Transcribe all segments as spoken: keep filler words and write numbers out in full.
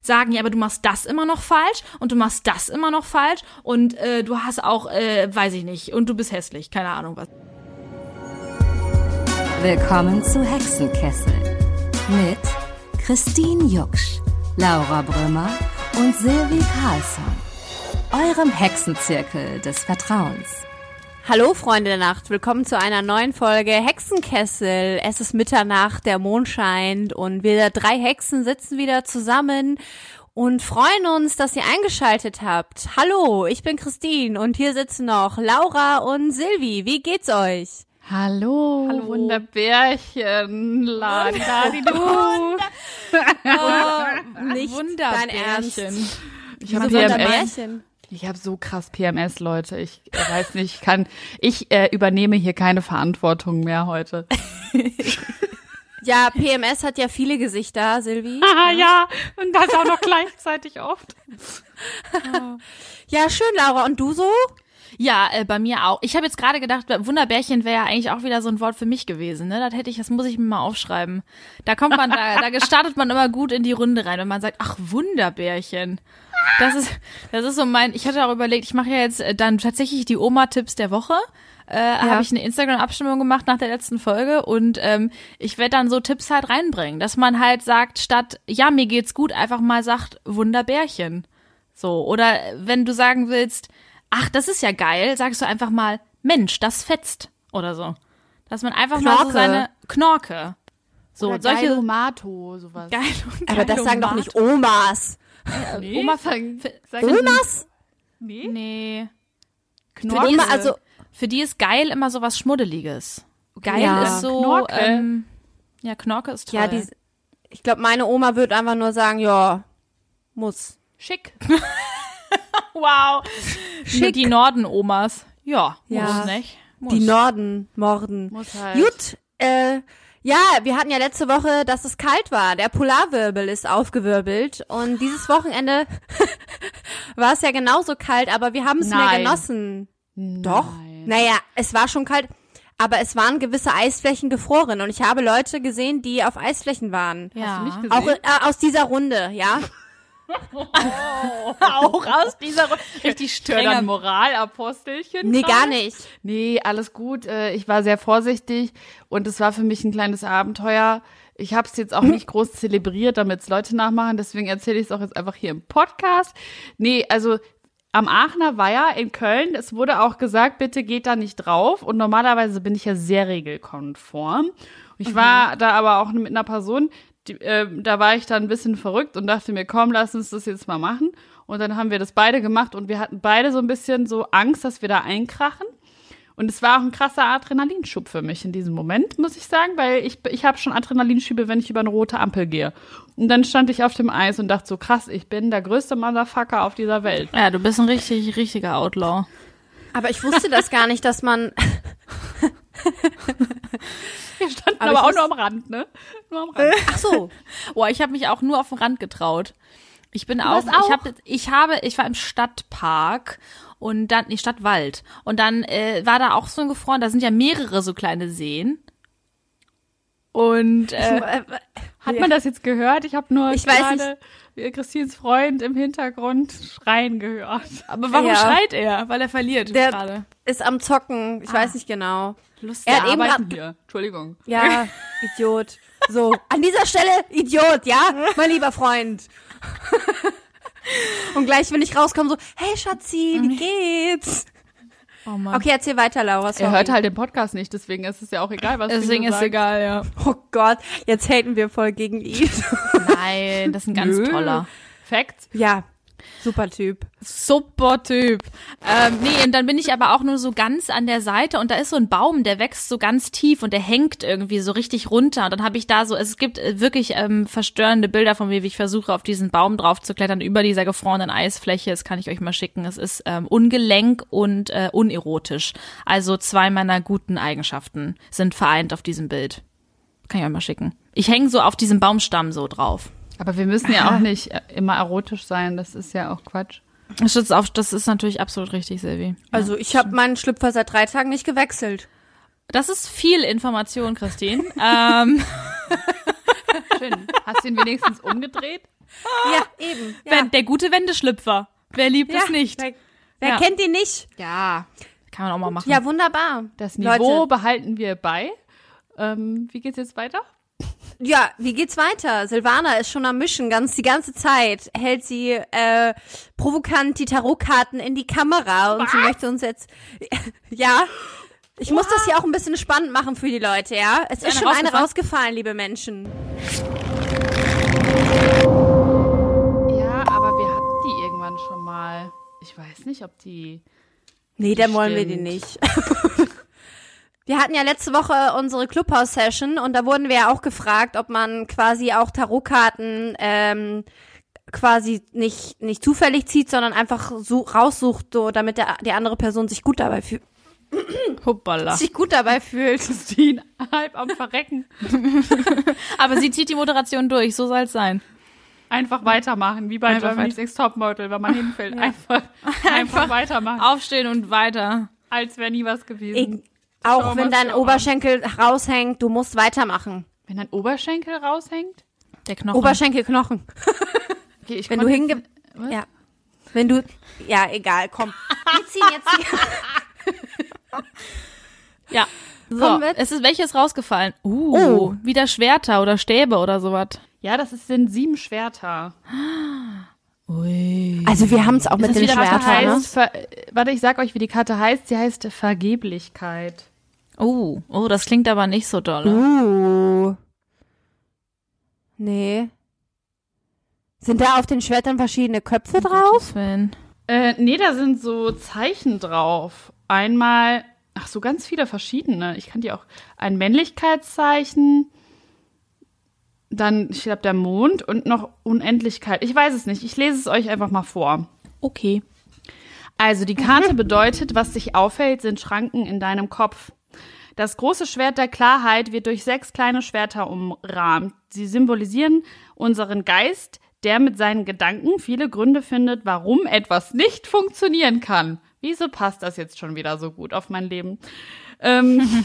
sagen, ja, aber du machst das immer noch falsch und du machst das immer noch falsch und äh, du hast auch, äh, weiß ich nicht, und du bist hässlich, keine Ahnung was. Willkommen zu Hexenkessel mit Christine Jucksch, Laura Brümmer und Silvi Carlsson, eurem Hexenzirkel des Vertrauens. Hallo Freunde der Nacht, willkommen zu einer neuen Folge Hexenkessel. Es ist Mitternacht, der Mond scheint und wir drei Hexen sitzen wieder zusammen und freuen uns, dass ihr eingeschaltet habt. Hallo, ich bin Christine und hier sitzen noch Laura und Silvi. Wie geht's euch? Hallo, Hallo. Wunderbärchen, la di da di du. Oh, nicht dein Ernst. Ich habe P M S. Wunderbärchen. Ich habe so krass P M S, Leute. Ich äh, weiß nicht, ich kann, ich äh, übernehme hier keine Verantwortung mehr heute. Ja, P M S hat ja viele Gesichter, Silvi. Ah ja, und das auch noch gleichzeitig oft. Ja, schön, Laura. Und du so? Ja, äh, bei mir auch. Ich habe jetzt gerade gedacht, Wunderbärchen wäre ja eigentlich auch wieder so ein Wort für mich gewesen, ne? Das hätte ich, das muss ich mir mal aufschreiben. Da kommt man, da, da gestartet man immer gut in die Runde rein, wenn man sagt, ach, Wunderbärchen. Das ist, das ist so mein, ich hatte auch überlegt, ich mache ja jetzt dann tatsächlich die Oma-Tipps der Woche. Äh, ja. Habe ich eine Instagram-Abstimmung gemacht nach der letzten Folge und ähm, ich werde dann so Tipps halt reinbringen, dass man halt sagt, statt, ja, mir geht's gut, einfach mal sagt, Wunderbärchen. So, oder wenn du sagen willst, ach, das ist ja geil, sagst du einfach mal, Mensch, das fetzt oder so. Dass man einfach Knorke. mal so seine Knorke. So, Oder solche Geilomato, sowas. Geil, Aber das sagen doch nicht Omas. Nee, Oma sagen, sagen Omas? Nee. Nee. Für die immer, also, Für die ist geil immer so was Schmuddeliges. Geil Ja. ist so, Knorke. ähm, ja, Knorke ist toll. ja, die, ich glaube, meine Oma würde einfach nur sagen, ja, muss. Schick. wow. Schick. Die Norden-Omas. Ja, Ja. muss nicht. Muss. Die Norden, Morden. Muss halt. Gut, äh, ja, wir hatten ja letzte Woche, dass es kalt war. Der Polarwirbel ist aufgewirbelt und dieses Wochenende war es ja genauso kalt, aber wir haben es mehr Nein. genossen. Nein. Doch? Naja, es war schon kalt, aber es waren gewisse Eisflächen gefroren und ich habe Leute gesehen, die auf Eisflächen waren. Ja. Hast du nicht gesehen? Auch äh, aus dieser Runde, ja? auch aus dieser Runde. Richtig Hör dann strenger. Moralapostelchen. Nee, gar nicht. Nee, alles gut. Äh, Ich war sehr vorsichtig und es war für mich ein kleines Abenteuer. Ich habe es jetzt auch nicht groß zelebriert, damit es Leute nachmachen. Deswegen erzähle ich es auch jetzt einfach hier im Podcast. Nee, also am Aachener Weiher in Köln, es wurde auch gesagt, bitte geht da nicht drauf. Und normalerweise bin ich ja sehr regelkonform. Ich war da aber auch mit einer Person, die, äh, da war ich dann ein bisschen verrückt und dachte mir, komm, lass uns das jetzt mal machen. Und dann haben wir das beide gemacht und wir hatten beide so ein bisschen so Angst, dass wir da einkrachen. Und es war auch ein krasser Adrenalinschub für mich in diesem Moment, muss ich sagen, weil ich, ich habe schon Adrenalinschübe, wenn ich über eine rote Ampel gehe. Und dann stand ich auf dem Eis und dachte so, krass, ich bin der größte Motherfucker auf dieser Welt. Ja, du bist ein richtig, richtiger Outlaw. Aber ich wusste das gar nicht, dass man... Wir standen Aber aber, ich auch wus- nur am Rand, ne? Nur am Rand. Ach so. Boah, ich habe mich auch nur auf den Rand getraut. Ich bin auch, warst auch? ich habe, ich habe, ich war im Stadtpark und dann, nee, Stadtwald. Und dann äh, war da auch so ein gefroren, da sind ja mehrere so kleine Seen. Und äh, Hat man das jetzt gehört? Ich habe nur Ich weiß gerade äh, Christines Freund im Hintergrund schreien gehört. aber warum Ja. schreit er? Weil er verliert Der gerade. ist am Zocken, ich weiß nicht genau. Lust. Er hat Wir eben arbeiten grad- hier. Entschuldigung. Ja, Idiot. So, an dieser Stelle Idiot, ja, mein lieber Freund. Und gleich, wenn ich rauskomme, so, hey Schatzi, wie geht's? Oh Mann. Okay, erzähl weiter, Laura, sorry. Er hört halt den Podcast nicht, deswegen ist es ja auch egal, was Deswegen du ist sagst. egal, ja. Oh Gott, jetzt haten wir voll gegen ihn. Nein, das ist ein ganz Nö. toller. Facts. Ja, super Typ. Super Typ. Ähm, nee, und dann bin ich aber auch nur so ganz an der Seite und da ist so ein Baum, der wächst so ganz tief und der hängt irgendwie so richtig runter. Und dann habe ich da so, es gibt äh, wirklich ähm, verstörende Bilder von mir, wie ich versuche, auf diesen Baum drauf zu klettern, über dieser gefrorenen Eisfläche. Das kann ich euch mal schicken. Es ist ähm, ungelenk und äh, unerotisch. Also zwei meiner guten Eigenschaften sind vereint auf diesem Bild. Kann ich euch mal schicken. Ich hänge so auf diesem Baumstamm so drauf. Aber wir müssen ja auch nicht äh, immer erotisch sein, das ist ja auch Quatsch. Das ist, auf, das ist natürlich absolut richtig, Silvi. Also ich habe meinen Schlüpfer seit drei Tagen nicht gewechselt. Das ist viel Information, Christine. ähm, Schön. Hast du ihn wenigstens umgedreht? Ja, eben. Ja. Wenn, der gute Wendeschlüpfer. Wer liebt ja, es nicht? Wer, wer Ja. kennt ihn nicht? Ja, kann man auch mal machen. Ja, wunderbar. Das Niveau Leute, behalten wir bei. Ähm, wie geht's jetzt weiter? ja, wie geht's weiter? Silvana ist schon am Mischen, ganz die ganze Zeit hält sie äh, provokant die Tarotkarten in die Kamera und Was? sie möchte uns jetzt, ja, ich muss das hier auch ein bisschen spannend machen für die Leute, ja? Es ist, eine schon eine rausgefallen? rausgefallen, liebe Menschen. Ja, aber wir hatten die irgendwann schon mal. Ich weiß nicht, ob die... Nee, dann wollen wir die Stimmt. nicht. Wir hatten ja letzte Woche unsere Clubhouse-Session und da wurden wir ja auch gefragt, ob man quasi auch Tarotkarten ähm, quasi nicht nicht zufällig zieht, sondern einfach so raussucht, so, damit der, die andere Person sich gut dabei fühlt. Hoppala. Sich gut dabei fühlt. Christine halb am Verrecken. Aber sie zieht die Moderation durch, so soll es sein. Einfach weitermachen, wie bei Einfach Germany's Next Topmodel, wenn man hinfällt. Einfach, einfach weitermachen, Aufstehen und weiter. als wäre nie was gewesen. Ich, auch Schau wenn mal, dein schau mal. Oberschenkel raushängt, du musst weitermachen. Wenn dein Oberschenkel raushängt? Der Knochen. Oberschenkelknochen. Okay, ich Wenn du konnte hinge... jetzt- Was? Ja. Wenn du... Ja, egal, komm. Wir ziehen jetzt die... Ja. So, Kommen wir- es ist welches rausgefallen? Uh, Oh. wieder Schwerter oder Stäbe oder sowas. Ja, das ist, sind sieben Schwerter. Ui. Also wir haben es auch mit das den wieder was Schwertern, heißt? ne? Heißt, ver, warte, ich sag euch, wie die Karte heißt. Sie heißt Vergeblichkeit. Oh, oh, das klingt aber nicht so doll. Uh. Nee. Sind da auf den Schwertern verschiedene Köpfe drauf? Willen. Äh, nee, da sind so Zeichen drauf. Einmal, ach so, ganz viele verschiedene. Ich kann die auch, ein Männlichkeitszeichen, dann, ich glaube, der Mond und noch Unendlichkeit. Ich weiß es nicht. Ich lese es euch einfach mal vor. Okay. Also, die Karte bedeutet, was dich aufhält, sind Schranken in deinem Kopf. Das große Schwert der Klarheit wird durch sechs kleine Schwerter umrahmt. Sie symbolisieren unseren Geist, der mit seinen Gedanken viele Gründe findet, warum etwas nicht funktionieren kann. Wieso passt das jetzt schon wieder so gut auf mein Leben? Ähm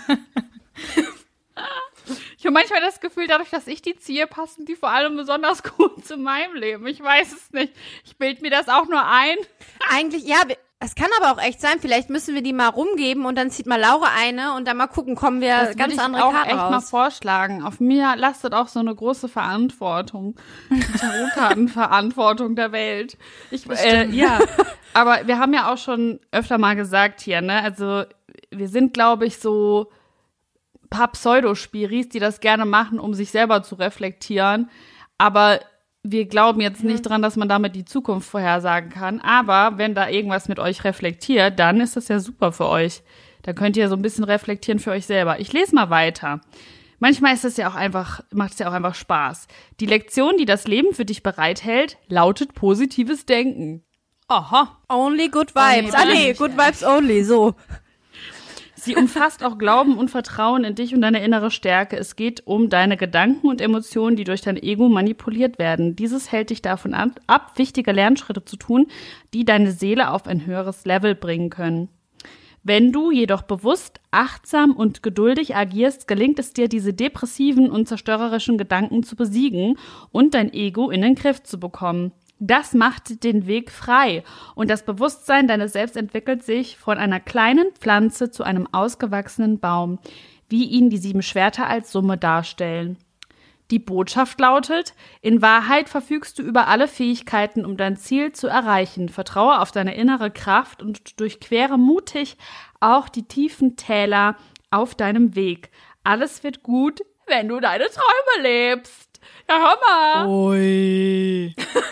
ich habe manchmal das Gefühl, dadurch, dass ich die ziehe, passen die vor allem besonders gut zu meinem Leben. Ich weiß es nicht. Ich bilde mir das auch nur ein. Eigentlich, ja, wir- es kann aber auch echt sein, vielleicht müssen wir die mal rumgeben und dann zieht mal Laura eine und dann mal gucken, kommen wir Das ganz würde ich andere auch Karten echt mal raus. vorschlagen. Auf mir lastet auch so eine große Verantwortung. Die Tarotkartenverantwortung der Welt. Ich, äh, ja, aber wir haben ja auch schon öfter mal gesagt hier, ne? Also wir sind, glaube ich, so paar Pseudospiris, die das gerne machen, um sich selber zu reflektieren. Aber wir glauben jetzt nicht dran, dass man damit die Zukunft vorhersagen kann. Aber wenn da irgendwas mit euch reflektiert, dann ist das ja super für euch. Da könnt ihr so ein bisschen reflektieren für euch selber. Ich lese mal weiter. Manchmal ist es ja auch einfach, macht es ja auch einfach Spaß. Die Lektion, die das Leben für dich bereithält, lautet positives Denken. Aha. Only good vibes. Oh, ah nee, nee, good vibes only, so. Sie umfasst auch Glauben und Vertrauen in dich und deine innere Stärke. Es geht um deine Gedanken und Emotionen, die durch dein Ego manipuliert werden. Dieses hält dich davon ab, wichtige Lernschritte zu tun, die deine Seele auf ein höheres Level bringen können. Wenn du jedoch bewusst, achtsam und geduldig agierst, gelingt es dir, diese depressiven und zerstörerischen Gedanken zu besiegen und dein Ego in den Griff zu bekommen. Das macht den Weg frei und das Bewusstsein deines Selbst entwickelt sich von einer kleinen Pflanze zu einem ausgewachsenen Baum, wie ihn die sieben Schwerter als Summe darstellen. Die Botschaft lautet: In Wahrheit verfügst du über alle Fähigkeiten, um dein Ziel zu erreichen. Vertraue auf deine innere Kraft und durchquere mutig auch die tiefen Täler auf deinem Weg. Alles wird gut, wenn du deine Träume lebst. Ja, hör mal. Ui.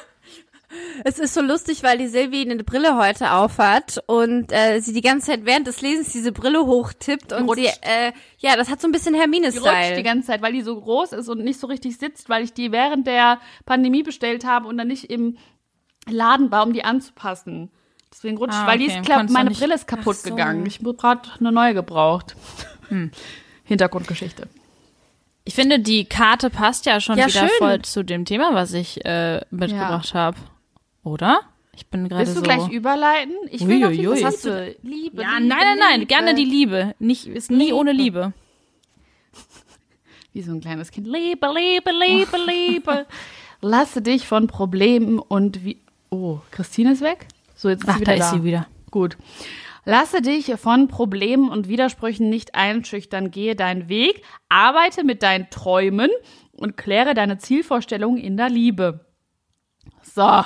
Es ist so lustig, weil die Silvi eine Brille heute aufhat und äh, sie die ganze Zeit während des Lesens diese Brille hochtippt und Rutscht. sie, äh, ja, das hat so ein bisschen Die rutscht die Hermine-Style. ganze Zeit, weil die so groß ist und nicht so richtig sitzt, weil ich die während der Pandemie bestellt habe und dann nicht im Laden war, um die anzupassen. Deswegen rutscht, Ah, weil die okay. ist klapp, Konntest du meine nicht- Brille ist kaputt Ach so. gegangen. Ich habe gerade eine neue gebraucht. Hm. Hintergrundgeschichte. Ich finde, die Karte passt ja schon Ja, wieder schön. voll zu dem Thema, was ich äh, mitgebracht habe. Oder? Ich bin gerade Willst du so. gleich überleiten? Ich will noch die Uiuiui. Liebe. Was hast du- Liebe, Ja, Liebe, nein, nein, nein, Liebe. gerne die Liebe. Nicht, ist nie Liebe. ohne Liebe. Wie so ein kleines Kind. Liebe, Liebe, Liebe, Liebe. lasse dich von Problemen und wie... Oh, Christine ist weg? So, jetzt ist Ach, sie wieder da da. ist sie wieder. Gut. Lasse dich von Problemen und Widersprüchen nicht einschüchtern. Gehe deinen Weg, arbeite mit deinen Träumen und kläre deine Zielvorstellungen in der Liebe. So.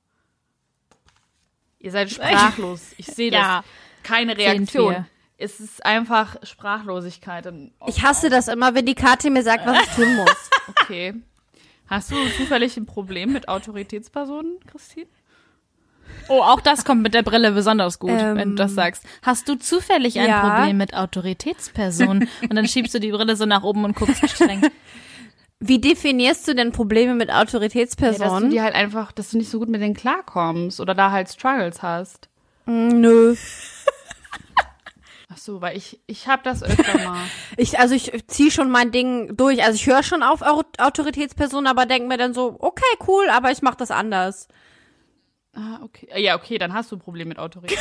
Ihr seid sprachlos. Ich sehe das. Ja. Keine Sind Reaktion. wir. Es ist einfach Sprachlosigkeit. Ich hasse das immer, wenn die Kathi mir sagt, was ich tun muss. Okay. Hast du zufällig ein Problem mit Autoritätspersonen, Christine? Oh, auch das kommt mit der Brille besonders gut, Ähm, wenn du das sagst. Hast du zufällig ein ja. Problem mit Autoritätspersonen? Und dann schiebst du die Brille so nach oben und guckst streng. Wie definierst du denn Probleme mit Ja, dass du Autoritätspersonen? die halt einfach, dass du nicht so gut mit denen klarkommst oder da halt Struggles hast. Mm, Nö. Ach so, weil ich, ich hab das öfter mal. Ich, also ich ziehe schon mein Ding durch. Also ich höre schon auf Au- Autoritätspersonen, aber denke mir dann so, okay, cool, aber ich mache das anders. Ah, okay. Ja, okay, dann hast du ein Problem mit Autorität.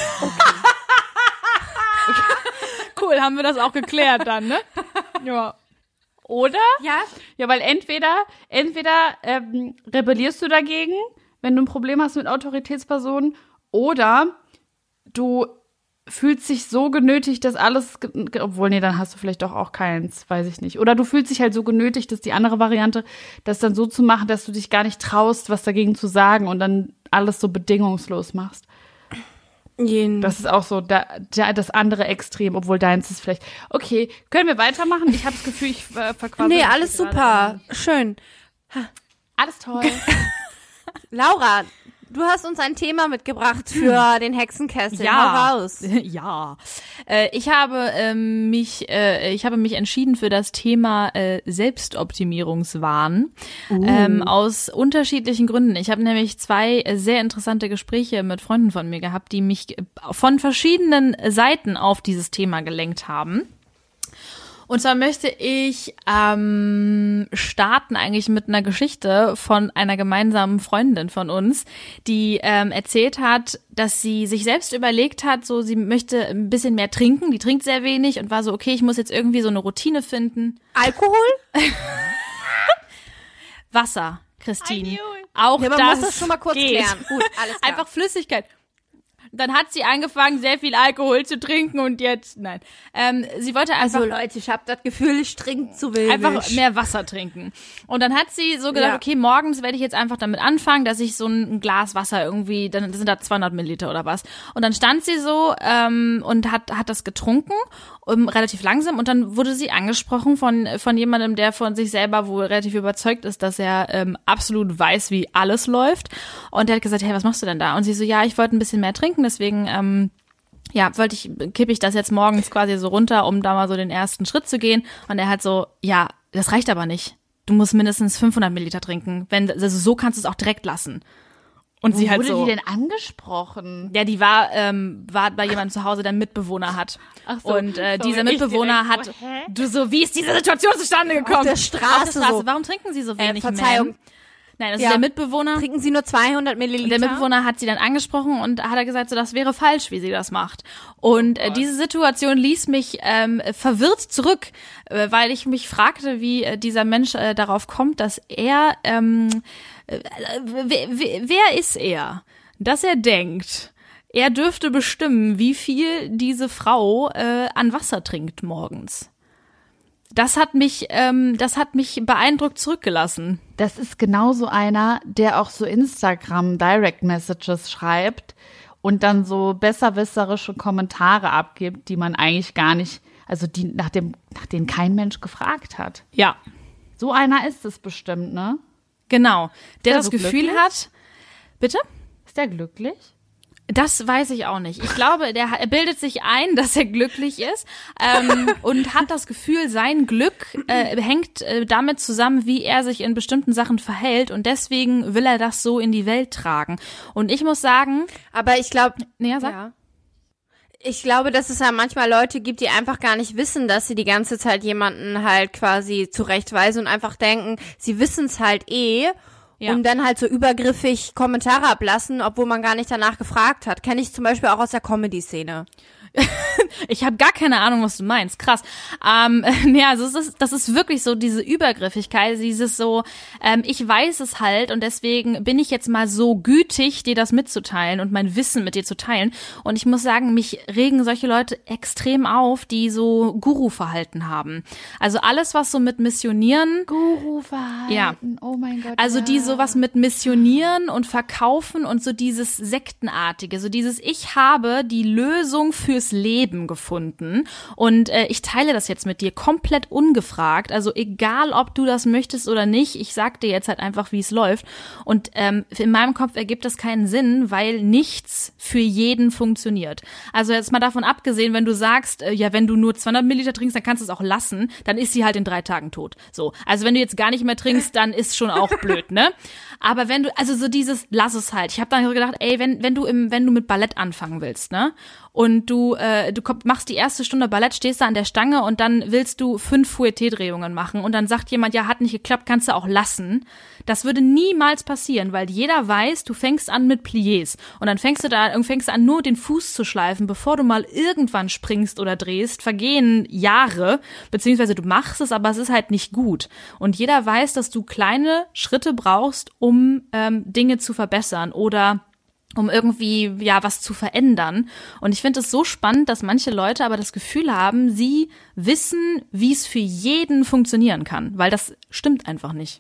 Cool, haben wir das auch geklärt dann, ne? Ja. Oder? Ja. Ja, weil entweder, entweder ähm, rebellierst du dagegen, wenn du ein Problem hast mit Autoritätspersonen, oder du fühlst dich so genötigt, dass alles, ge- ge- obwohl, nee, dann hast du vielleicht doch auch keins, weiß ich nicht. Oder du fühlst dich halt so genötigt, dass die andere Variante, das dann so zu machen, dass du dich gar nicht traust, was dagegen zu sagen und dann alles so bedingungslos machst. Jeden. Das ist auch so da, da, das andere Extrem, obwohl deins ist vielleicht. Okay, können wir weitermachen? Ich habe das Gefühl, ich äh, verquassel Nee, mich alles gerade. super. Schön. Alles toll. Laura, du hast uns ein Thema mitgebracht für den Hexenkessel. Hau raus. Ja. Äh, ich habe ähm, mich, äh, ich habe mich entschieden für das Thema äh, Selbstoptimierungswahn ähm, aus unterschiedlichen Gründen. Ich habe nämlich zwei äh, sehr interessante Gespräche mit Freunden von mir gehabt, die mich äh, von verschiedenen Seiten auf dieses Thema gelenkt haben. Und zwar möchte ich ähm, starten eigentlich mit einer Geschichte von einer gemeinsamen Freundin von uns, die ähm, erzählt hat, dass sie sich selbst überlegt hat, so sie möchte ein bisschen mehr trinken, die trinkt sehr wenig und war so, okay, ich muss jetzt irgendwie so eine Routine finden. Alkohol? Wasser, Christine. Auch Ja, man das muss das schon mal kurz geht. klären. Gut, alles klar. Einfach Flüssigkeit. Dann hat sie angefangen, sehr viel Alkohol zu trinken und jetzt, nein. Ähm, sie wollte einfach Also Leute, ich habe das Gefühl, ich trinke zu wenig. einfach mehr Wasser trinken. Und dann hat sie so gedacht, Ja. okay, morgens werde ich jetzt einfach damit anfangen, dass ich so ein Glas Wasser irgendwie, dann sind da zweihundert Milliliter oder was. Und dann stand sie so ähm, und hat hat das getrunken, um, relativ langsam. Und dann wurde sie angesprochen von von jemandem, der von sich selber wohl relativ überzeugt ist, dass er ähm, absolut weiß, wie alles läuft. Und der hat gesagt, hey, was machst du denn da? Und sie so, ja, ich wollte ein bisschen mehr trinken, deswegen ähm, ja, wollte ich, kippe ich das jetzt morgens quasi so runter, um da mal so den ersten Schritt zu gehen. Und er hat so, ja, das reicht aber nicht. Du musst mindestens fünfhundert Milliliter trinken. Wenn, also so kannst du es auch direkt lassen. Und Wo sie halt wurde so. die denn angesprochen? Ja, die war, ähm, war bei jemandem zu Hause, der einen Mitbewohner hat. Ach so, und äh, sorry, dieser ich Mitbewohner direkt hat, so, hä? du so, wie ist diese Situation zustande gekommen? Auf der Straße Auf der Straße. so. Warum trinken sie so Äh, wenig, Verzeihung. Ma'am? Nein, das Ja. ist der Mitbewohner. Trinken Sie nur zweihundert Milliliter? Und der Mitbewohner hat sie dann angesprochen und hat er gesagt, so das wäre falsch, wie sie das macht. Und äh, diese Situation ließ mich ähm, verwirrt zurück, äh, weil ich mich fragte, wie äh, dieser Mensch äh, darauf kommt, dass er, ähm, äh, wer, wer, wer ist er? Dass er denkt, er dürfte bestimmen, wie viel diese Frau äh, an Wasser trinkt morgens. Das hat mich, ähm, das hat mich beeindruckt zurückgelassen. Das ist genauso einer, der auch so Instagram Direct Messages schreibt und dann so besserwisserische Kommentare abgibt, die man eigentlich gar nicht, also die nach dem, nach denen kein Mensch gefragt hat. Ja. So einer ist es bestimmt, ne? Genau, der er das so Gefühl glücklich? hat. Bitte? Ist der glücklich? Das weiß ich auch nicht. Ich glaube, der er bildet sich ein, dass er glücklich ist ähm, und hat das Gefühl, sein Glück äh, hängt äh, damit zusammen, wie er sich in bestimmten Sachen verhält und deswegen will er das so in die Welt tragen. Und ich muss sagen, Aber ich glaube, ja, sag. ja. Ich glaube, dass es ja manchmal Leute gibt, die einfach gar nicht wissen, dass sie die ganze Zeit jemanden halt quasi zurechtweisen und einfach denken, sie wissen es halt eh. Ja. Und dann halt so übergriffig Kommentare ablassen, obwohl man gar nicht danach gefragt hat. Kenne ich zum Beispiel auch aus der Comedy-Szene. Ich habe gar keine Ahnung, was du meinst. Krass. Ähm, ja, also es ist, das ist wirklich so diese Übergriffigkeit, dieses so, ähm, ich weiß es halt und deswegen bin ich jetzt mal so gütig, dir das mitzuteilen und mein Wissen mit dir zu teilen. Und ich muss sagen, mich regen solche Leute extrem auf, die so Guru-Verhalten haben. Also alles, was so mit Missionieren. Guru-Verhalten. Ja. Oh mein Gott. Also ja. die sowas mit Missionieren und Verkaufen und so dieses Sektenartige, so dieses ich habe die Lösung fürs Leben gefunden und äh, ich teile das jetzt mit dir komplett ungefragt, also egal, ob du das möchtest oder nicht, ich sag dir jetzt halt einfach, wie es läuft und ähm, in meinem Kopf ergibt das keinen Sinn, weil nichts für jeden funktioniert. Also jetzt mal davon abgesehen, wenn du sagst, äh, ja, wenn du nur zweihundert Milliliter trinkst, dann kannst du es auch lassen, dann ist sie halt in drei Tagen tot. So, also wenn du jetzt gar nicht mehr trinkst, dann ist schon auch blöd, ne? Aber wenn du, also so dieses, lass es halt. Ich habe dann so gedacht, ey, wenn wenn du im, wenn du mit Ballett anfangen willst, ne? Und du äh, du komm, machst die erste Stunde Ballett, stehst da an der Stange und dann willst du fünf Fouetté-Drehungen machen und dann sagt jemand, ja, hat nicht geklappt, kannst du auch lassen. Das würde niemals passieren, weil jeder weiß, du fängst an mit Pliés und dann fängst du da fängst an nur den Fuß zu schleifen, bevor du mal irgendwann springst oder drehst, vergehen Jahre, beziehungsweise du machst es, aber es ist halt nicht gut. Und jeder weiß, dass du kleine Schritte brauchst, um ähm, Dinge zu verbessern oder um irgendwie, ja, was zu verändern. Und ich finde es so spannend, dass manche Leute aber das Gefühl haben, sie wissen, wie es für jeden funktionieren kann, weil das stimmt einfach nicht.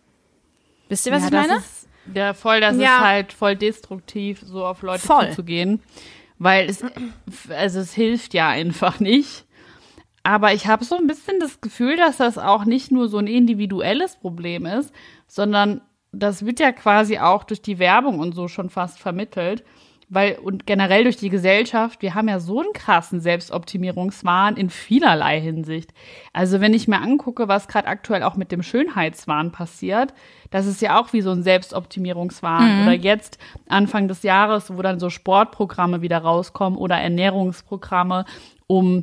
Wisst ihr, was ja, ich meine? Ist, ja, voll, das Ja. ist halt voll destruktiv, so auf Leute Voll. zuzugehen, weil es, also es hilft ja einfach nicht. Aber ich habe so ein bisschen das Gefühl, dass das auch nicht nur so ein individuelles Problem ist, sondern das wird ja quasi auch durch die Werbung und so schon fast vermittelt, weil und generell durch die Gesellschaft, wir haben ja so einen krassen Selbstoptimierungswahn in vielerlei Hinsicht. Also wenn ich mir angucke, was gerade aktuell auch mit dem Schönheitswahn passiert, das ist ja auch wie so ein Selbstoptimierungswahn. Mhm. Oder jetzt Anfang des Jahres, wo dann so Sportprogramme wieder rauskommen oder Ernährungsprogramme, um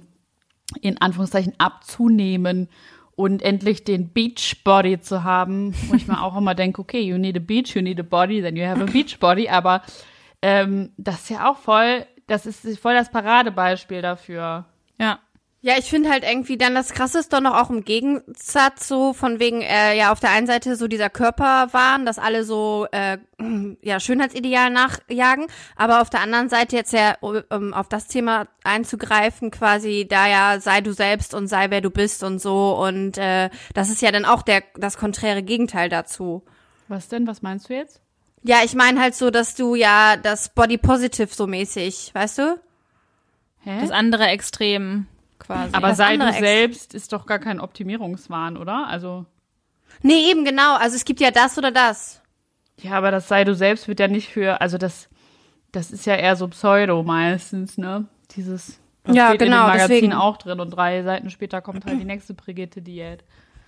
in Anführungszeichen abzunehmen und endlich den Beachbody zu haben, wo ich mir auch immer denke, okay, you need a beach, you need a body, then you have a beachbody, aber ähm, das ist ja auch voll, das ist voll das Paradebeispiel dafür. Ja. Ja, ich finde halt irgendwie dann das Krasse ist doch noch auch im Gegensatz so von wegen, äh, ja, auf der einen Seite so dieser Körperwahn, dass alle so, äh, ja, Schönheitsideal nachjagen, aber auf der anderen Seite jetzt ja, um auf das Thema einzugreifen, quasi da ja, sei du selbst und sei wer du bist und so und äh, das ist ja dann auch der das konträre Gegenteil dazu. Was denn, was meinst du jetzt? Ja, ich meine halt so, dass du ja das Body Positive so mäßig, weißt du? Hä? Das andere Extrem quasi. Aber das sei andere du Ex- selbst ist doch gar kein Optimierungswahn, oder? Also Nee, eben genau, also es gibt ja das oder das. ja, aber das sei du selbst wird ja nicht für, also das, das ist ja eher so Pseudo meistens, ne? Dieses, das Ja, steht genau, in dem Magazin deswegen. auch drin und drei Seiten später kommt halt die nächste Brigitte-Diät.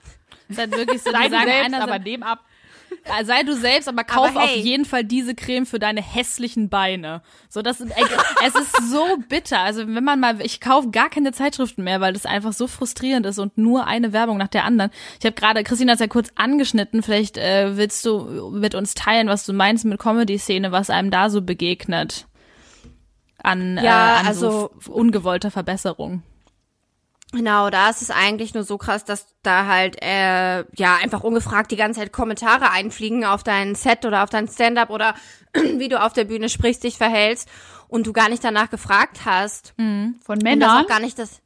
Es ist halt wirklich so, Sei die du sagen selbst, einerseits, aber dem ab. Ja, sei du selbst, aber kauf Aber hey. auf jeden Fall diese Creme für deine hässlichen Beine. So, das, ey, es ist so bitter. Also, wenn man mal, ich kaufe gar keine Zeitschriften mehr, weil das einfach so frustrierend ist und nur eine Werbung nach der anderen. Ich habe gerade, Christina hat es ja kurz angeschnitten, vielleicht äh, willst du mit uns teilen, was du meinst mit Comedy-Szene, was einem da so begegnet an, Ja, äh, an also- so f- ungewollter Verbesserung. Genau, da ist es eigentlich nur so krass, dass da halt äh, ja einfach ungefragt die ganze Zeit Kommentare einfliegen auf dein Set oder auf dein Stand-up oder wie du auf der Bühne sprichst, dich verhältst und du gar nicht danach gefragt hast. Von Und das Männern? auch gar nicht das.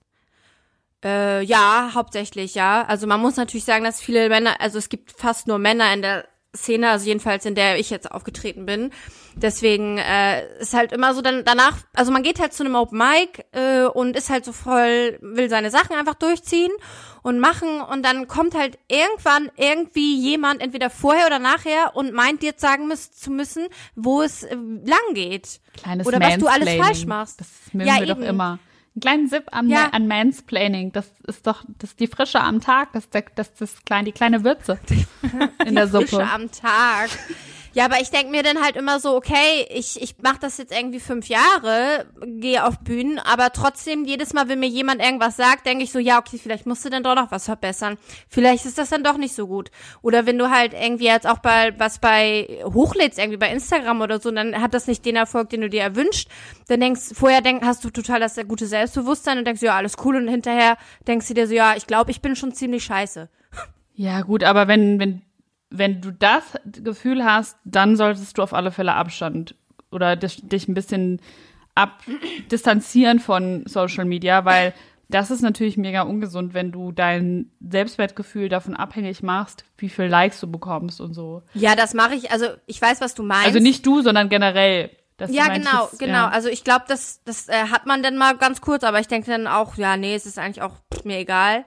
Äh, ja, hauptsächlich, ja. Also man muss natürlich sagen, dass viele Männer, also es gibt fast nur Männer in der Szene, also jedenfalls in der ich jetzt aufgetreten bin. Deswegen äh, ist halt immer so dann danach, also man geht halt zu einem Open Mic äh, und ist halt so voll, will seine Sachen einfach durchziehen und machen und dann kommt halt irgendwann irgendwie jemand entweder vorher oder nachher und meint dir sagen müssen, zu müssen, wo es äh, lang geht. Kleines Oder was du alles Mansplaining. falsch machst. Das mögen Ja, wir doch eben. immer. Einen kleinen Sip an, Ja. an Mansplaining. Das ist doch, das ist die Frische am Tag. Das ist der, das, das kleine, die kleine Würze in der Suppe. Frische am Tag. Ja, aber ich denk mir dann halt immer so, okay, ich ich mache das jetzt irgendwie fünf Jahre, gehe auf Bühnen, aber trotzdem jedes Mal, wenn mir jemand irgendwas sagt, denke ich so, ja, okay, vielleicht musst du dann doch noch was verbessern. Vielleicht ist das dann doch nicht so gut. Oder wenn du halt irgendwie jetzt auch bei was bei hochlädst, irgendwie bei Instagram oder so, dann hat das nicht den Erfolg, den du dir erwünscht. Dann denkst, vorher denk, hast du total das gute Selbstbewusstsein und denkst, ja, alles cool, und hinterher denkst du dir so, ja, ich glaube, ich bin schon ziemlich scheiße. Ja, gut, aber wenn, wenn, wenn du das Gefühl hast, dann solltest du auf alle Fälle Abstand oder dich, dich ein bisschen abdistanzieren von Social Media, weil das ist natürlich mega ungesund, wenn du dein Selbstwertgefühl davon abhängig machst, wie viel Likes du bekommst und so. Ja, das mache ich, also ich weiß, was du meinst. Also nicht du, sondern generell. Dass Ja, du meinst, genau, das, genau. Ja. Also ich glaube, das, das äh, hat man dann mal ganz kurz, aber ich denke dann auch, ja, nee, es ist eigentlich auch pff, mir egal.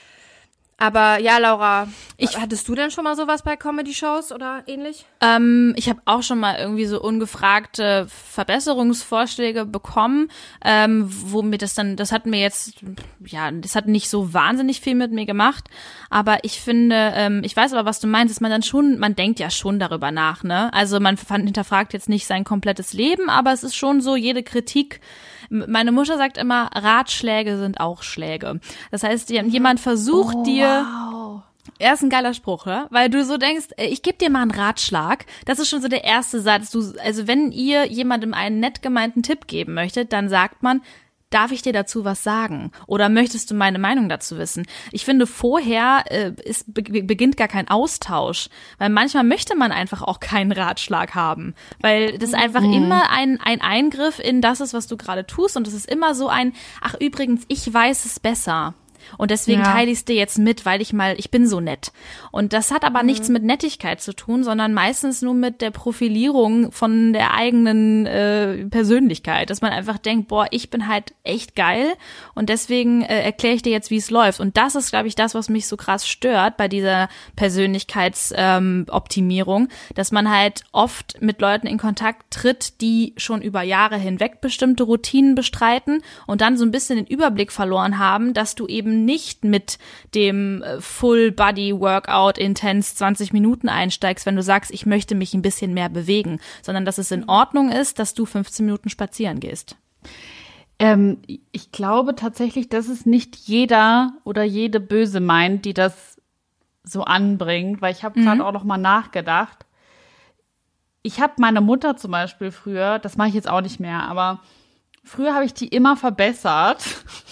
Aber ja, Laura, ich, hattest du denn schon mal sowas bei Comedy-Shows oder ähnlich? Ähm, ich habe auch schon mal irgendwie so ungefragte Verbesserungsvorschläge bekommen, ähm, womit das dann, das hat mir jetzt, ja, das hat nicht so wahnsinnig viel mit mir gemacht, aber ich finde, ähm, ich weiß aber, was du meinst, dass man dann schon, man denkt ja schon darüber nach, ne? Also man hinterfragt jetzt nicht sein komplettes Leben, aber es ist schon so, jede Kritik. Meine Mutter sagt immer, Ratschläge sind auch Schläge. Das heißt, jemand versucht Oh, dir, wow. er ist ein geiler Spruch, ne? Weil du so denkst, ich gebe dir mal einen Ratschlag. Das ist schon so der erste Satz. Du, also wenn ihr jemandem einen nett gemeinten Tipp geben möchtet, dann sagt man, darf ich dir dazu was sagen? Oder möchtest du meine Meinung dazu wissen? Ich finde, vorher äh, ist, be- beginnt gar kein Austausch. Weil manchmal möchte man einfach auch keinen Ratschlag haben. Weil das einfach mhm. immer ein, ein Eingriff in das ist, was du gerade tust. Und es ist immer so ein, ach übrigens, ich weiß es besser. Und deswegen Ja. teile ich es dir jetzt mit, weil ich mal, ich bin so nett. Und das hat aber mhm. nichts mit Nettigkeit zu tun, sondern meistens nur mit der Profilierung von der eigenen äh, Persönlichkeit, dass man einfach denkt, boah, ich bin halt echt geil und deswegen äh, erkläre ich dir jetzt, wie es läuft. Und das ist, glaube ich, das, was mich so krass stört bei dieser Persönlichkeitsoptimierung, ähm, dass man halt oft mit Leuten in Kontakt tritt, die schon über Jahre hinweg bestimmte Routinen bestreiten und dann so ein bisschen den Überblick verloren haben, dass du eben nicht mit dem Full-Body-Workout Intense zwanzig Minuten einsteigst, wenn du sagst, ich möchte mich ein bisschen mehr bewegen, sondern dass es in Ordnung ist, dass du fünfzehn Minuten spazieren gehst. Ähm, ich glaube tatsächlich, dass es nicht jeder oder jede böse meint, die das so anbringt, weil ich habe gerade Mhm. auch noch mal nachgedacht. Ich habe meine Mutter zum Beispiel früher, das mache ich jetzt auch nicht mehr, aber früher habe ich die immer verbessert.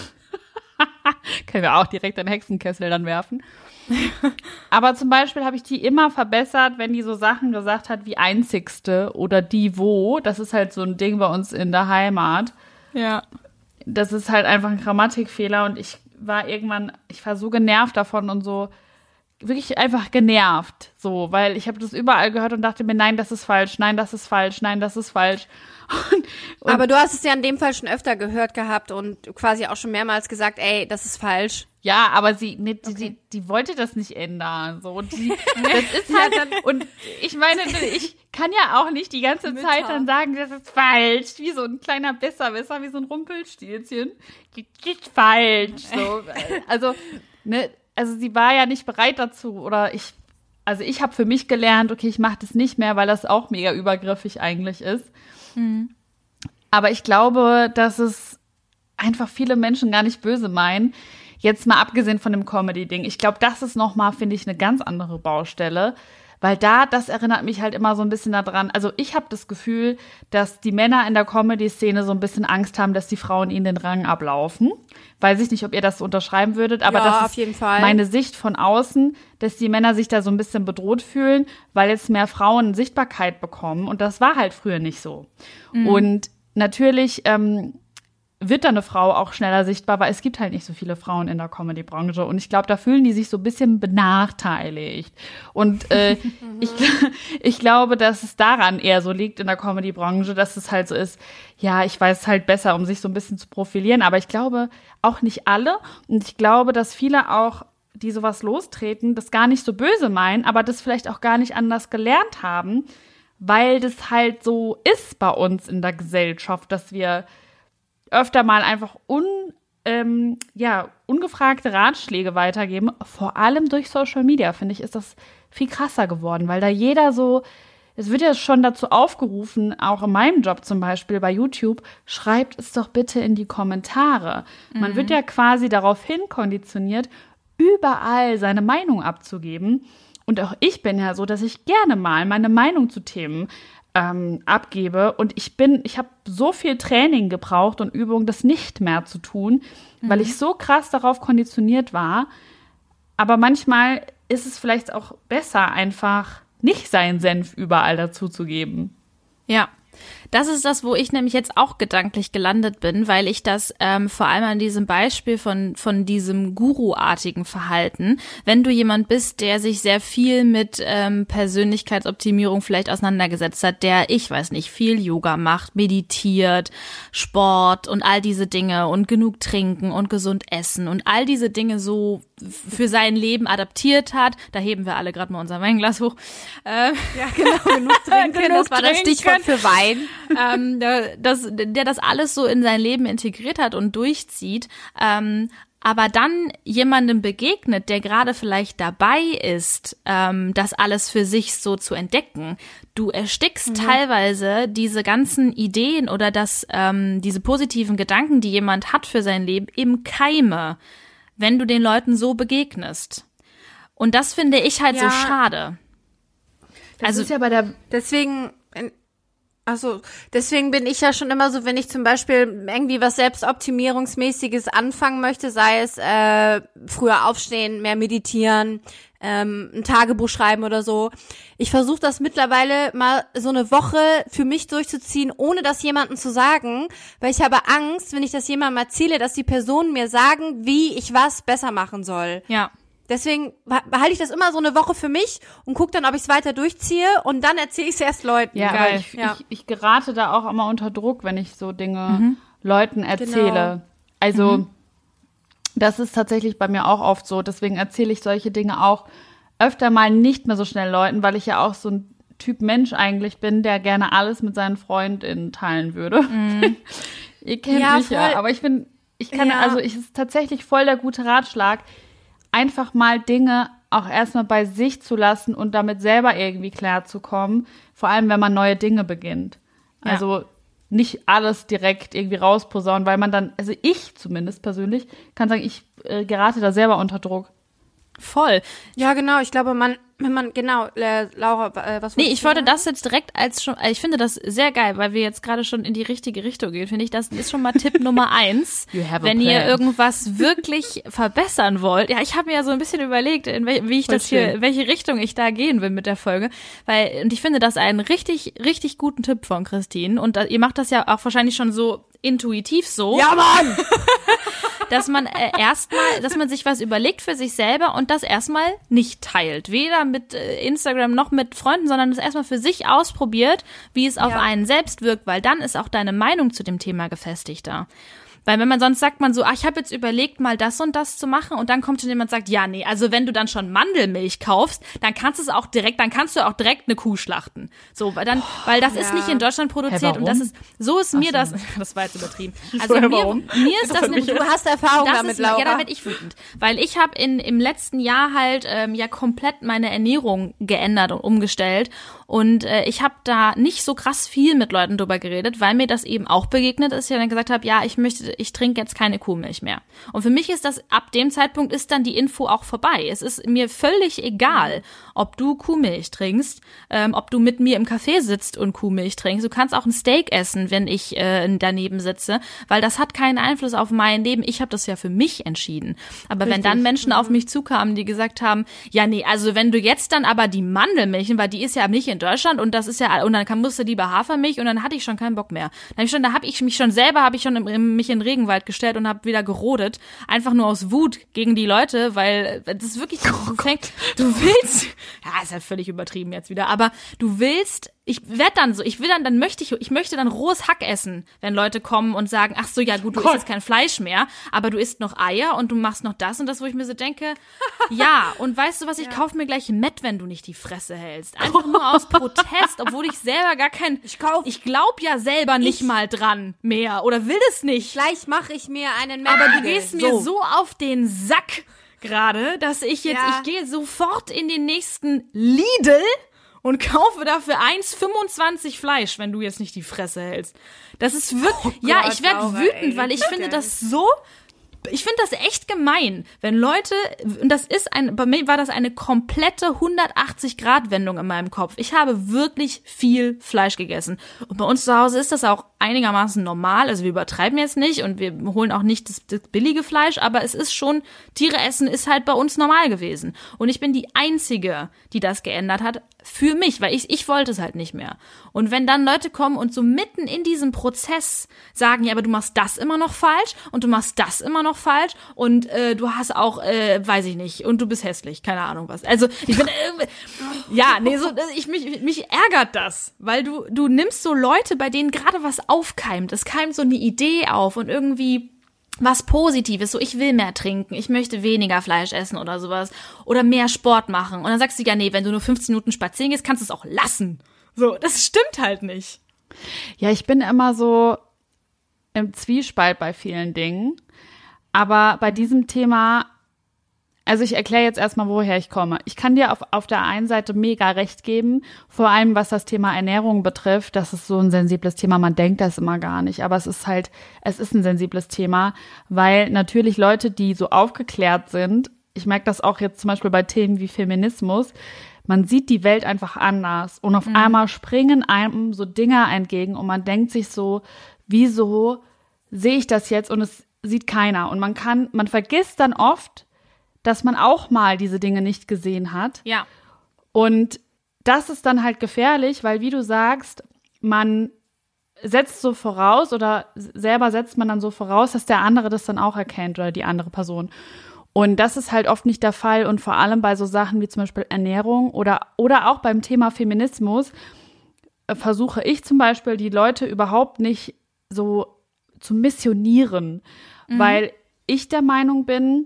Können wir auch direkt einen Hexenkessel dann werfen. Aber zum Beispiel habe ich die immer verbessert, wenn die so Sachen gesagt hat wie einzigste oder die wo. Das ist halt so ein Ding bei uns in der Heimat. Ja. Das ist halt einfach ein Grammatikfehler und ich war irgendwann, ich war so genervt davon und so, wirklich einfach genervt, so, weil ich habe das überall gehört und dachte mir, nein, das ist falsch, nein, das ist falsch, nein, das ist falsch. Und, und Aber du hast es ja in dem Fall schon öfter gehört gehabt und quasi auch schon mehrmals gesagt, ey, das ist falsch. ja, aber sie, nee, die, Okay. die, die wollte das nicht ändern, so, und die, das ist halt, und ich meine, ich kann ja auch nicht die ganze Mütter. Zeit dann sagen, das ist falsch, wie so ein kleiner Besserwisser, wie so ein Rumpelstilzchen, das ist falsch, so, also, ne, also sie war ja nicht bereit dazu oder ich, also ich habe für mich gelernt, okay, ich mache das nicht mehr, weil das auch mega übergriffig eigentlich ist. Mhm. Aber ich glaube, dass es einfach viele Menschen gar nicht böse meinen. Jetzt mal abgesehen von dem Comedy-Ding. Ich glaube, das ist nochmal, finde ich, eine ganz andere Baustelle. Weil da, das erinnert mich halt immer so ein bisschen daran. Also ich habe das Gefühl, dass die Männer in der Comedy-Szene so ein bisschen Angst haben, dass die Frauen ihnen den Rang ablaufen. Weiß ich nicht, ob ihr das so unterschreiben würdet, aber Ja, das auf ist jeden Fall. meine Sicht von außen, dass die Männer sich da so ein bisschen bedroht fühlen, weil jetzt mehr Frauen Sichtbarkeit bekommen. Und das war halt früher nicht so. Mhm. Und natürlich ähm, wird da eine Frau auch schneller sichtbar, weil es gibt halt nicht so viele Frauen in der Comedy-Branche. Und ich glaube, da fühlen die sich so ein bisschen benachteiligt. Und äh, ich, ich glaube, dass es daran eher so liegt in der Comedy-Branche, dass es halt so ist, ja, ich weiß halt besser, um sich so ein bisschen zu profilieren. Aber ich glaube auch nicht alle. Und ich glaube, dass viele auch, die sowas lostreten, das gar nicht so böse meinen, aber das vielleicht auch gar nicht anders gelernt haben, weil das halt so ist bei uns in der Gesellschaft, dass wir öfter mal einfach un, ähm, ja, ungefragte Ratschläge weitergeben. Vor allem durch Social Media, finde ich, ist das viel krasser geworden, weil da jeder so es wird ja schon dazu aufgerufen, auch in meinem Job zum Beispiel bei YouTube, schreibt es doch bitte in die Kommentare. Mhm. Man wird ja quasi darauf hinkonditioniert, überall seine Meinung abzugeben. Und auch ich bin ja so, dass ich gerne mal meine Meinung zu Themen ähm, abgebe. Und ich bin, ich habe so viel Training gebraucht und Übung, das nicht mehr zu tun, mhm. weil ich so krass darauf konditioniert war. Aber manchmal ist es vielleicht auch besser, einfach nicht seinen Senf überall dazu zu geben. Ja. Das ist das, wo ich nämlich jetzt auch gedanklich gelandet bin, weil ich das ähm, vor allem an diesem Beispiel von von diesem Guru-artigen Verhalten, wenn du jemand bist, der sich sehr viel mit ähm, Persönlichkeitsoptimierung vielleicht auseinandergesetzt hat, der, ich weiß nicht, viel Yoga macht, meditiert, Sport und all diese Dinge und genug trinken und gesund essen und all diese Dinge so für sein Leben adaptiert hat, da heben wir alle gerade mal unser Weinglas hoch. Äh, ja, genau, genug trinken, genug das war das Stichwort für Wein. ähm, der, das, der das alles so in sein Leben integriert hat und durchzieht, ähm, aber dann jemandem begegnet, der gerade vielleicht dabei ist, ähm, das alles für sich so zu entdecken. Du erstickst mhm. teilweise diese ganzen Ideen oder das, ähm, diese positiven Gedanken, die jemand hat für sein Leben, im Keime, wenn du den Leuten so begegnest. Und das finde ich halt ja, so schade. Das also ist ja bei der deswegen Also deswegen bin ich ja schon immer so, wenn ich zum Beispiel irgendwie was Selbstoptimierungsmäßiges anfangen möchte, sei es äh, früher aufstehen, mehr meditieren, ähm, ein Tagebuch schreiben oder so. Ich versuche das mittlerweile mal so eine Woche für mich durchzuziehen, ohne das jemandem zu sagen, weil ich habe Angst, wenn ich das jemandem erzähle, dass die Personen mir sagen, wie ich was besser machen soll. Ja. Deswegen behalte ich das immer so eine Woche für mich und gucke dann, ob ich es weiter durchziehe und dann erzähle ich es erst Leuten. Ja, Geil. aber ich, ja. ich, ich gerate da auch immer unter Druck, wenn ich so Dinge Mhm. Leuten erzähle. Genau. Also Mhm. das ist tatsächlich bei mir auch oft so. Deswegen erzähle ich solche Dinge auch öfter mal nicht mehr so schnell Leuten, weil ich ja auch so ein Typ Mensch eigentlich bin, der gerne alles mit seinen FreundInnen teilen würde. Mhm. Ihr kennt Ja, mich voll. ja, aber ich bin, ich kann, Ja. also es ist tatsächlich voll der gute Ratschlag, einfach mal Dinge auch erstmal bei sich zu lassen und damit selber irgendwie klarzukommen, vor allem wenn man neue Dinge beginnt. Ja. Also nicht alles direkt irgendwie rausposaunen, weil man dann, also ich zumindest persönlich, kann sagen, ich äh, gerate da selber unter Druck. Voll. Ja, genau. Ich glaube, man, wenn man, genau, äh, Laura, äh, was Nee, wolltest ich du wollte sagen? das jetzt direkt als schon, ich finde das sehr geil, weil wir jetzt gerade schon in die richtige Richtung gehen, finde ich, das ist schon mal Tipp Nummer eins. You have a Wenn ihr plan. irgendwas wirklich verbessern wollt. Ja, ich habe mir ja so ein bisschen überlegt, in wel, wie ich Voll das hier, schön. in welche Richtung ich da gehen will mit der Folge, weil, und ich finde das einen richtig, richtig guten Tipp von Christine und da, ihr macht das ja auch wahrscheinlich schon so intuitiv so. Ja, Mann! dass man äh, erstmal, dass man sich was überlegt für sich selber und das erstmal nicht teilt. Weder mit äh, Instagram noch mit Freunden, sondern das erstmal für sich ausprobiert, wie es auf Ja. einen selbst wirkt, weil dann ist auch deine Meinung zu dem Thema gefestigter. Weil wenn man sonst sagt man so, ach, ich habe jetzt überlegt, mal das und das zu machen und dann kommt schon jemand und sagt, ja, nee, also wenn du dann schon Mandelmilch kaufst, dann kannst du es auch direkt, dann kannst du auch direkt eine Kuh schlachten. So, weil dann, weil das ist ja. nicht in Deutschland produziert Hä, warum? und das ist, so ist mir so. das, das war jetzt übertrieben. Also Hä, mir, warum? mir ist das nämlich, Du hast Erfahrung das damit, ist, Laura. ja, da werd ich wütend. Weil ich habe in im letzten Jahr halt ähm, ja komplett meine Ernährung geändert und umgestellt. Und äh, ich habe da nicht so krass viel mit Leuten drüber geredet, weil mir das eben auch begegnet ist. Ich dann gesagt habe, ja, ich möchte, ich trinke jetzt keine Kuhmilch mehr. Und für mich ist das, ab dem Zeitpunkt ist dann die Info auch vorbei. Es ist mir völlig egal, ob du Kuhmilch trinkst, ähm, ob du mit mir im Café sitzt und Kuhmilch trinkst. Du kannst auch ein Steak essen, wenn ich äh, daneben sitze, weil das hat keinen Einfluss auf mein Leben. Ich habe das ja für mich entschieden. Aber wenn dann Menschen auf mich zukamen, die gesagt haben, ja, nee, also wenn du jetzt dann aber die Mandelmilch, weil die ist ja nicht in Deutschland und das ist ja, und dann kann, musste lieber Hafermilch und dann hatte ich schon keinen Bock mehr. Dann hab ich schon, da habe ich mich schon selber, habe ich schon im, im, mich in den Regenwald gestellt und habe wieder gerodet, einfach nur aus Wut gegen die Leute, weil das ist wirklich, du, fängst, du willst, ja, ist halt völlig übertrieben jetzt wieder, aber du willst, ich werd dann so, ich will dann, dann möchte ich, ich möchte dann rohes Hack essen, wenn Leute kommen und sagen, ach so, ja gut, du isst jetzt kein Fleisch mehr, aber du isst noch Eier und du machst noch das und das, wo ich mir so denke, ja, und weißt du was, ich ja. kauf mir gleich ein Met, wenn du nicht die Fresse hältst. Einfach nur aus Protest, obwohl ich selber gar kein, Ich kauf- ich glaub ja selber nicht Ich- mal dran mehr oder will es nicht. Gleich mache ich mir einen Aber du Mädel. gehst mir so auf den Sack gerade, dass ich jetzt, Ja. ich gehe sofort in den nächsten Lidl und kaufe dafür eins fünfundzwanzig Fleisch, wenn du jetzt nicht die Fresse hältst. Das ist wirklich, Oh ja, Gott, ich werde Laura, wütend, ey, weil ich wie finde denn? das so, ich finde das echt gemein, wenn Leute, und das ist ein, bei mir war das eine komplette hundertachtzig Grad Wendung in meinem Kopf. Ich habe wirklich viel Fleisch gegessen. Und bei uns zu Hause ist das auch einigermaßen normal, also wir übertreiben jetzt nicht und wir holen auch nicht das, das billige Fleisch, aber es ist schon, Tiere essen ist halt bei uns normal gewesen. Und ich bin die Einzige, die das geändert hat, für mich, weil ich, ich wollte es halt nicht mehr. Und wenn dann Leute kommen und so mitten in diesem Prozess sagen, ja, aber du machst das immer noch falsch und du machst das immer noch falsch und äh, du hast auch, äh, weiß ich nicht, und du bist hässlich, keine Ahnung was. Also ich bin, äh, ja, nee, so, ich, mich, mich ärgert das, weil du, du nimmst so Leute, bei denen gerade was aufkeimt. Es keimt so eine Idee auf und irgendwie was Positives, so ich will mehr trinken, ich möchte weniger Fleisch essen oder sowas oder mehr Sport machen. Und dann sagst du, ja nee, wenn du nur fünfzehn Minuten spazieren gehst, kannst du es auch lassen. So, das stimmt halt nicht. Ja, ich bin immer so im Zwiespalt bei vielen Dingen, aber bei diesem Thema, also ich erkläre jetzt erstmal, woher ich komme. Ich kann dir auf, auf der einen Seite mega recht geben, vor allem was das Thema Ernährung betrifft. Das ist so ein sensibles Thema, man denkt das immer gar nicht, aber es ist halt, es ist ein sensibles Thema, weil natürlich Leute, die so aufgeklärt sind, ich merke das auch jetzt zum Beispiel bei Themen wie Feminismus, man sieht die Welt einfach anders und auf mhm. einmal springen einem so Dinge entgegen und man denkt sich so, wieso sehe ich das jetzt und es sieht keiner und man kann, man vergisst dann oft, dass man auch mal diese Dinge nicht gesehen hat. Ja. Und das ist dann halt gefährlich, weil wie du sagst, man setzt so voraus oder selber setzt man dann so voraus, dass der andere das dann auch erkennt oder die andere Person. Und das ist halt oft nicht der Fall und vor allem bei so Sachen wie zum Beispiel Ernährung oder, oder auch beim Thema Feminismus äh, versuche ich zum Beispiel, die Leute überhaupt nicht so zu missionieren, mhm. weil ich der Meinung bin,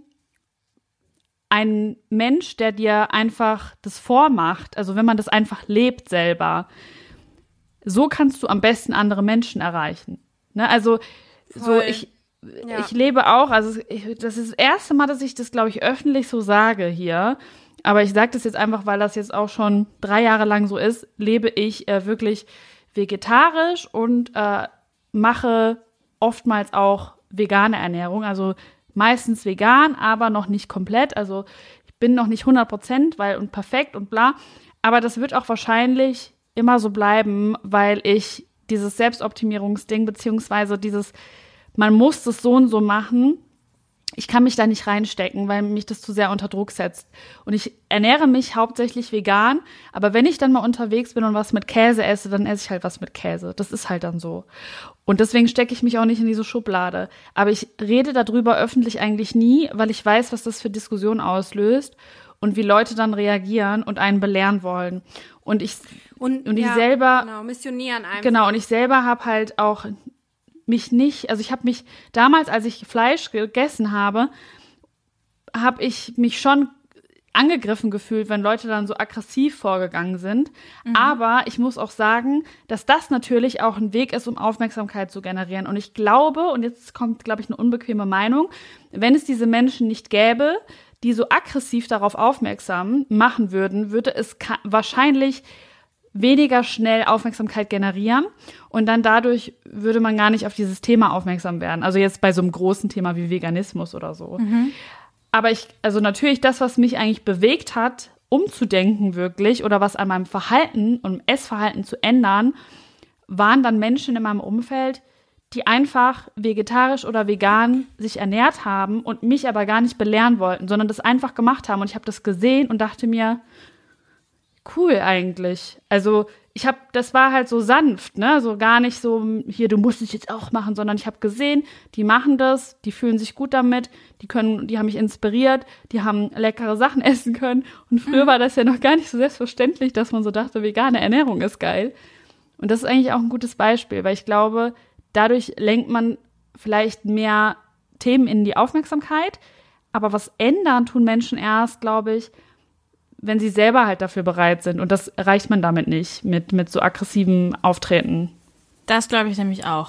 ein Mensch, der dir einfach das vormacht, also wenn man das einfach lebt selber, so kannst du am besten andere Menschen erreichen. Ne? Also Voll. so ich, ja. ich lebe auch, also ich, das ist das erste Mal, dass ich das, glaube ich, öffentlich so sage hier, aber ich sage das jetzt einfach, weil das jetzt auch schon drei Jahre lang so ist, lebe ich äh, wirklich vegetarisch und äh, mache oftmals auch vegane Ernährung, also meistens vegan, aber noch nicht komplett. Also ich bin noch nicht hundert Prozent weil und perfekt und bla. Aber das wird auch wahrscheinlich immer so bleiben, weil ich dieses Selbstoptimierungsding beziehungsweise dieses, man muss das so und so machen, ich kann mich da nicht reinstecken, weil mich das zu sehr unter Druck setzt. Und ich ernähre mich hauptsächlich vegan, aber wenn ich dann mal unterwegs bin und was mit Käse esse, dann esse ich halt was mit Käse. Das ist halt dann so. Und deswegen stecke ich mich auch nicht in diese Schublade. Aber ich rede darüber öffentlich eigentlich nie, weil ich weiß, was das für Diskussionen auslöst und wie Leute dann reagieren und einen belehren wollen. Und ich, und, und ich ja, selber, genau, missionieren einfach. Genau, und ich selber habe halt auch mich nicht, also ich habe mich damals, als ich Fleisch gegessen habe, habe ich mich schon angegriffen gefühlt, wenn Leute dann so aggressiv vorgegangen sind. Mhm. Aber ich muss auch sagen, dass das natürlich auch ein Weg ist, um Aufmerksamkeit zu generieren. Und ich glaube, und jetzt kommt, glaube ich, eine unbequeme Meinung, wenn es diese Menschen nicht gäbe, die so aggressiv darauf aufmerksam machen würden, würde es ka- wahrscheinlich weniger schnell Aufmerksamkeit generieren und dann dadurch würde man gar nicht auf dieses Thema aufmerksam werden. Also jetzt bei so einem großen Thema wie Veganismus oder so. Mhm. Aber ich, also natürlich das, was mich eigentlich bewegt hat, umzudenken wirklich oder was an meinem Verhalten und Essverhalten zu ändern, waren dann Menschen in meinem Umfeld, die einfach vegetarisch oder vegan sich ernährt haben und mich aber gar nicht belehren wollten, sondern das einfach gemacht haben. Und ich habe das gesehen und dachte mir, cool eigentlich. Also ich habe, das war halt so sanft, ne, so gar nicht so, hier, du musst es jetzt auch machen, sondern ich habe gesehen, die machen das, die fühlen sich gut damit, die können, die haben mich inspiriert, die haben leckere Sachen essen können und früher mhm. war das ja noch gar nicht so selbstverständlich, dass man so dachte, vegane Ernährung ist geil. Und das ist eigentlich auch ein gutes Beispiel, weil ich glaube, dadurch lenkt man vielleicht mehr Themen in die Aufmerksamkeit, aber was ändern tun Menschen erst, glaube ich, wenn sie selber halt dafür bereit sind. Und das erreicht man damit nicht, mit, mit so aggressivem Auftreten. Das glaube ich nämlich auch.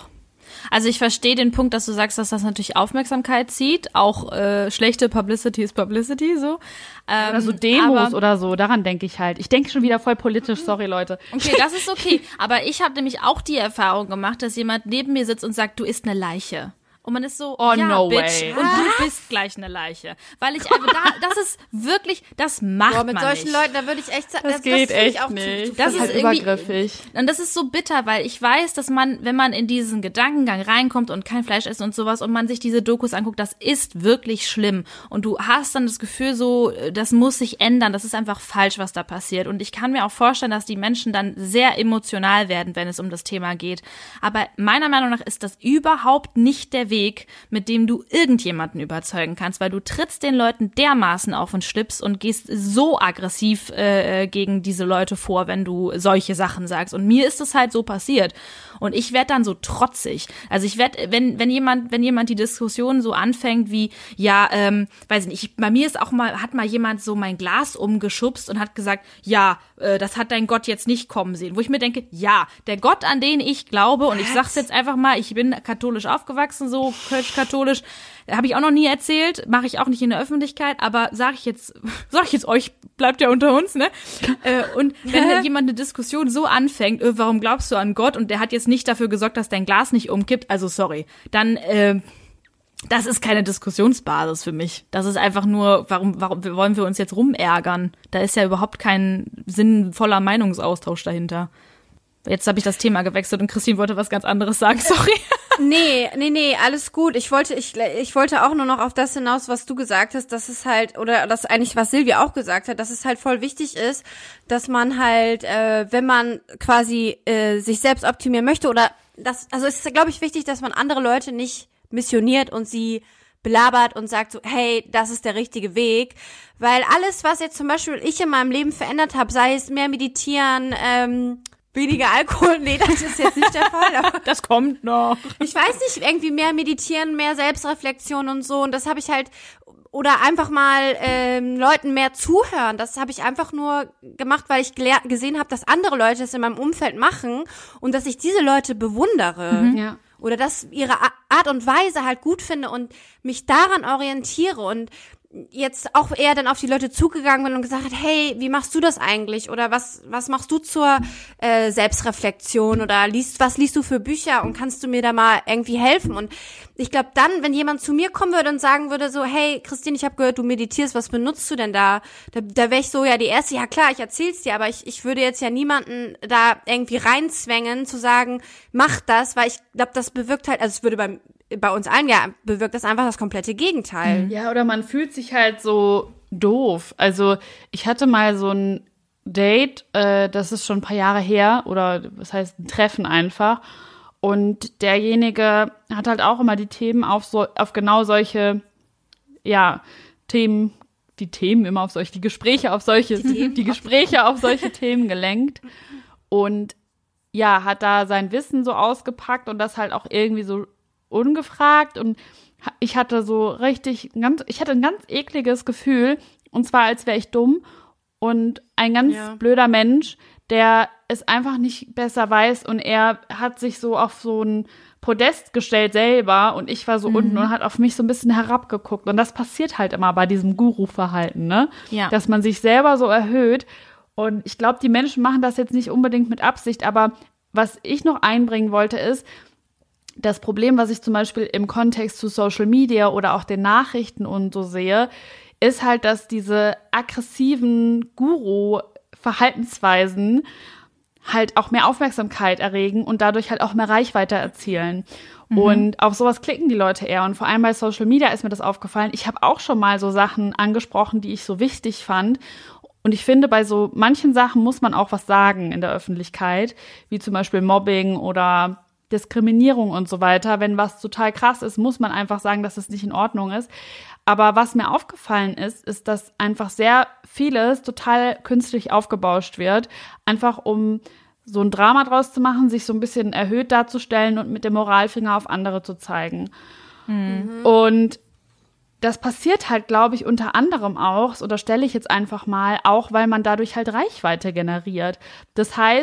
Also ich verstehe den Punkt, dass du sagst, dass das natürlich Aufmerksamkeit zieht. Auch äh, schlechte Publicity ist Publicity, so. Ähm, oder so Demos aber, oder so, daran denke ich halt. Ich denke schon wieder voll politisch, sorry Leute. Okay, das ist okay. Aber ich habe nämlich auch die Erfahrung gemacht, dass jemand neben mir sitzt und sagt, du isst eine Leiche. Und man ist so, oh, ja, no Bitch, way. und du bist gleich eine Leiche. Weil ich einfach, da, das ist wirklich, das macht Boah, mit man solchen nicht. Leuten, da würde ich echt sagen, Das das, geht das finde ich echt auch nicht. zu, zu Das Das ist ist halt irgendwie- übergriffig. Und das ist so bitter, weil ich weiß, dass man, wenn man in diesen Gedankengang reinkommt und kein Fleisch essen und sowas und man sich diese Dokus anguckt, das ist wirklich schlimm. Und du hast dann das Gefühl so, das muss sich ändern, das ist einfach falsch, was da passiert. Und ich kann mir auch vorstellen, dass die Menschen dann sehr emotional werden, wenn es um das Thema geht. Aber meiner Meinung nach ist das überhaupt nicht der Weg, mit dem du irgendjemanden überzeugen kannst, weil du trittst den Leuten dermaßen auf den Schlips und gehst so aggressiv äh, gegen diese Leute vor, wenn du solche Sachen sagst. Und mir ist es halt so passiert. Und ich werde dann so trotzig. Also ich werde, wenn wenn jemand wenn jemand die Diskussion so anfängt wie, ja, ähm, weiß ich nicht, ich, bei mir ist auch mal, hat mal jemand so mein Glas umgeschubst und hat gesagt, ja, äh, das hat dein Gott jetzt nicht kommen sehen. Wo ich mir denke, ja, der Gott, an den ich glaube, und ich sag's jetzt einfach mal, ich bin katholisch aufgewachsen, so kölsch-katholisch, habe ich auch noch nie erzählt, mache ich auch nicht in der Öffentlichkeit, aber sage ich jetzt, sag ich jetzt euch, bleibt ja unter uns, ne? Äh, und wenn dann jemand eine Diskussion so anfängt, äh, warum glaubst du an Gott und der hat jetzt nicht dafür gesorgt, dass dein Glas nicht umkippt, also sorry, dann äh, das ist keine Diskussionsbasis für mich. Das ist einfach nur, warum, warum wollen wir uns jetzt rumärgern? Da ist ja überhaupt kein sinnvoller Meinungsaustausch dahinter. Jetzt habe ich das Thema gewechselt und Christine wollte was ganz anderes sagen, sorry. Nee, nee, nee, alles gut. Ich wollte, ich, ich wollte auch nur noch auf das hinaus, was du gesagt hast, dass es halt, oder das eigentlich, was Silvia auch gesagt hat, dass es halt voll wichtig ist, dass man halt, äh, wenn man quasi äh, sich selbst optimieren möchte oder das, also es ist, glaube ich, wichtig, dass man andere Leute nicht missioniert und sie belabert und sagt so, hey, das ist der richtige Weg, weil alles, was jetzt zum Beispiel ich in meinem Leben verändert habe, sei es mehr meditieren, ähm, weniger Alkohol, nee, das ist jetzt nicht der Fall, aber Das kommt noch. ich weiß nicht, irgendwie mehr meditieren, mehr Selbstreflexion und so und das habe ich halt, oder einfach mal ähm, Leuten mehr zuhören, das habe ich einfach nur gemacht, weil ich gele- gesehen habe, dass andere Leute das in meinem Umfeld machen und dass ich diese Leute bewundere. Ja. Oder dass ihre Art und Weise halt gut finde und mich daran orientiere und jetzt auch eher dann auf die Leute zugegangen bin und gesagt hat, hey, wie machst du das eigentlich? Oder was was machst du zur äh, Selbstreflexion? Oder liest was liest du für Bücher und kannst du mir da mal irgendwie helfen? Und ich glaube dann, wenn jemand zu mir kommen würde und sagen würde so, hey, Christine, ich habe gehört, du meditierst, was benutzt du denn da? Da, da wäre ich so ja die Erste, ja klar, ich erzähl's dir, aber ich, ich würde jetzt ja niemanden da irgendwie reinzwängen, zu sagen, mach das, weil ich glaube, das bewirkt halt, also es würde beim bei uns allen ja bewirkt das einfach das komplette Gegenteil. Ja, oder man fühlt sich halt so doof. Also ich hatte mal so ein Date, äh, das ist schon ein paar Jahre her, oder was heißt ein Treffen einfach. Und derjenige hat halt auch immer die Themen auf so auf genau solche, ja, Themen, die Themen immer auf solche, die Gespräche auf solche, die, die Gespräche auf solche Themen gelenkt. Und ja, hat da sein Wissen so ausgepackt und das halt auch irgendwie so ungefragt und ich hatte so richtig, ganz, ich hatte ein ganz ekliges Gefühl und zwar als wäre ich dumm und ein ganz Ja. blöder Mensch, der es einfach nicht besser weiß und er hat sich so auf so ein Podest gestellt selber und ich war so mhm. unten und hat auf mich so ein bisschen herabgeguckt und das passiert halt immer bei diesem Guru-Verhalten, ne? Ja. Dass man sich selber so erhöht und ich glaube, die Menschen machen das jetzt nicht unbedingt mit Absicht, aber was ich noch einbringen wollte ist, das Problem, was ich zum Beispiel im Kontext zu Social Media oder auch den Nachrichten und so sehe, ist halt, dass diese aggressiven Guru-Verhaltensweisen halt auch mehr Aufmerksamkeit erregen und dadurch halt auch mehr Reichweite erzielen. Mhm. Und auf sowas klicken die Leute eher. Und vor allem bei Social Media ist mir das aufgefallen. Ich habe auch schon mal so Sachen angesprochen, die ich so wichtig fand. Und ich finde, bei so manchen Sachen muss man auch was sagen in der Öffentlichkeit, wie zum Beispiel Mobbing oder Diskriminierung und so weiter. Wenn was total krass ist, muss man einfach sagen, dass es nicht in Ordnung ist. Aber was mir aufgefallen ist, ist, dass einfach sehr vieles total künstlich aufgebauscht wird, einfach um so ein Drama draus zu machen, sich so ein bisschen erhöht darzustellen und mit dem Moralfinger auf andere zu zeigen. Mhm. Und das passiert halt, glaube ich, unter anderem auch, so, das stelle ich jetzt einfach mal, auch weil man dadurch halt Reichweite generiert. Das heißt,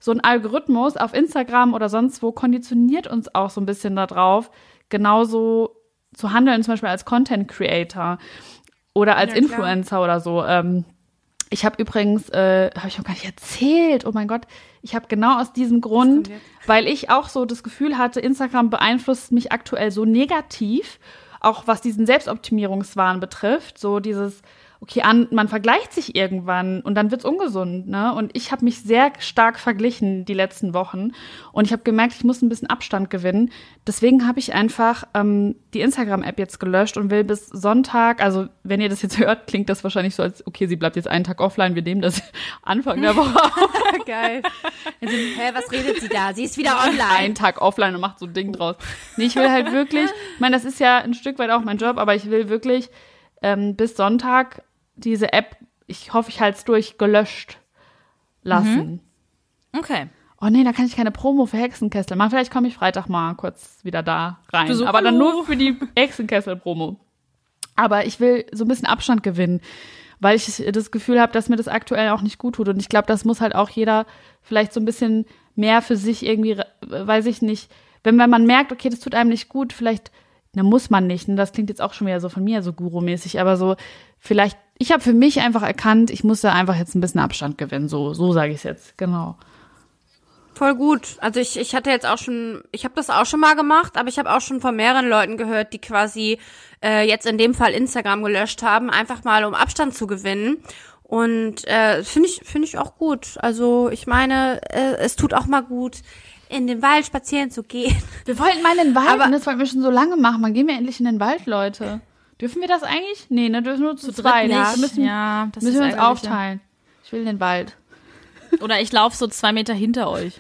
so ein Algorithmus auf Instagram oder sonst wo konditioniert uns auch so ein bisschen darauf, genauso zu handeln, zum Beispiel als Content Creator oder als Ja, klar. Influencer oder so. Ähm, ich habe übrigens, äh, habe ich noch gar nicht erzählt, oh mein Gott, ich habe genau aus diesem Grund, weil ich auch so das Gefühl hatte, Instagram beeinflusst mich aktuell so negativ, auch was diesen Selbstoptimierungswahn betrifft, so dieses, okay, an, man vergleicht sich irgendwann und dann wird's ungesund, ne? Und ich habe mich sehr stark verglichen die letzten Wochen und ich habe gemerkt, ich muss ein bisschen Abstand gewinnen. Deswegen habe ich einfach ähm, die Instagram-App jetzt gelöscht und will bis Sonntag, also wenn ihr das jetzt hört, klingt das wahrscheinlich so, als okay, sie bleibt jetzt einen Tag offline, wir nehmen das Anfang der Woche auf. Geil. Also, hä, was redet sie da? Sie ist wieder Einen online. Tag offline und macht so ein Ding draus. Nee, ich will halt wirklich, ich meine, das ist ja ein Stück weit auch mein Job, aber ich will wirklich ähm, bis Sonntag diese App, ich hoffe, ich halte es durch, gelöscht lassen. Okay. Oh nee, da kann ich keine Promo für Hexenkessel machen. Vielleicht komme ich Freitag mal kurz wieder da rein. Du so, aber dann hallo. nur für die Hexenkessel-Promo. Aber ich will so ein bisschen Abstand gewinnen, weil ich das Gefühl habe, dass mir das aktuell auch nicht gut tut. Und ich glaube, das muss halt auch jeder vielleicht so ein bisschen mehr für sich irgendwie, weiß ich nicht, wenn, wenn man merkt, okay, das tut einem nicht gut, vielleicht, dann muss man nicht. Und das klingt jetzt auch schon wieder so von mir, so Guru-mäßig, aber so vielleicht, ich habe für mich einfach erkannt, ich muss da einfach jetzt ein bisschen Abstand gewinnen. So, so sage ich es jetzt, genau. Voll gut. Also ich, ich hatte jetzt auch schon, ich habe das auch schon mal gemacht, aber ich habe auch schon von mehreren Leuten gehört, die quasi äh, jetzt in dem Fall Instagram gelöscht haben, einfach mal um Abstand zu gewinnen. Und äh, finde ich, finde ich auch gut. Also ich meine, äh, es tut auch mal gut, in den Wald spazieren zu gehen. Wir wollten mal in den Wald, Aber- und das wollten wir schon so lange machen. Wann gehen wir endlich in den Wald, Leute? Dürfen wir das eigentlich? Nee, ne, dürfen nur zu, Zu zweit. dritt Da nicht. müssen, Ja, das müssen ist wir uns ärgerlich, ja. aufteilen. Ich will in den Wald. Oder ich laufe so zwei Meter hinter euch.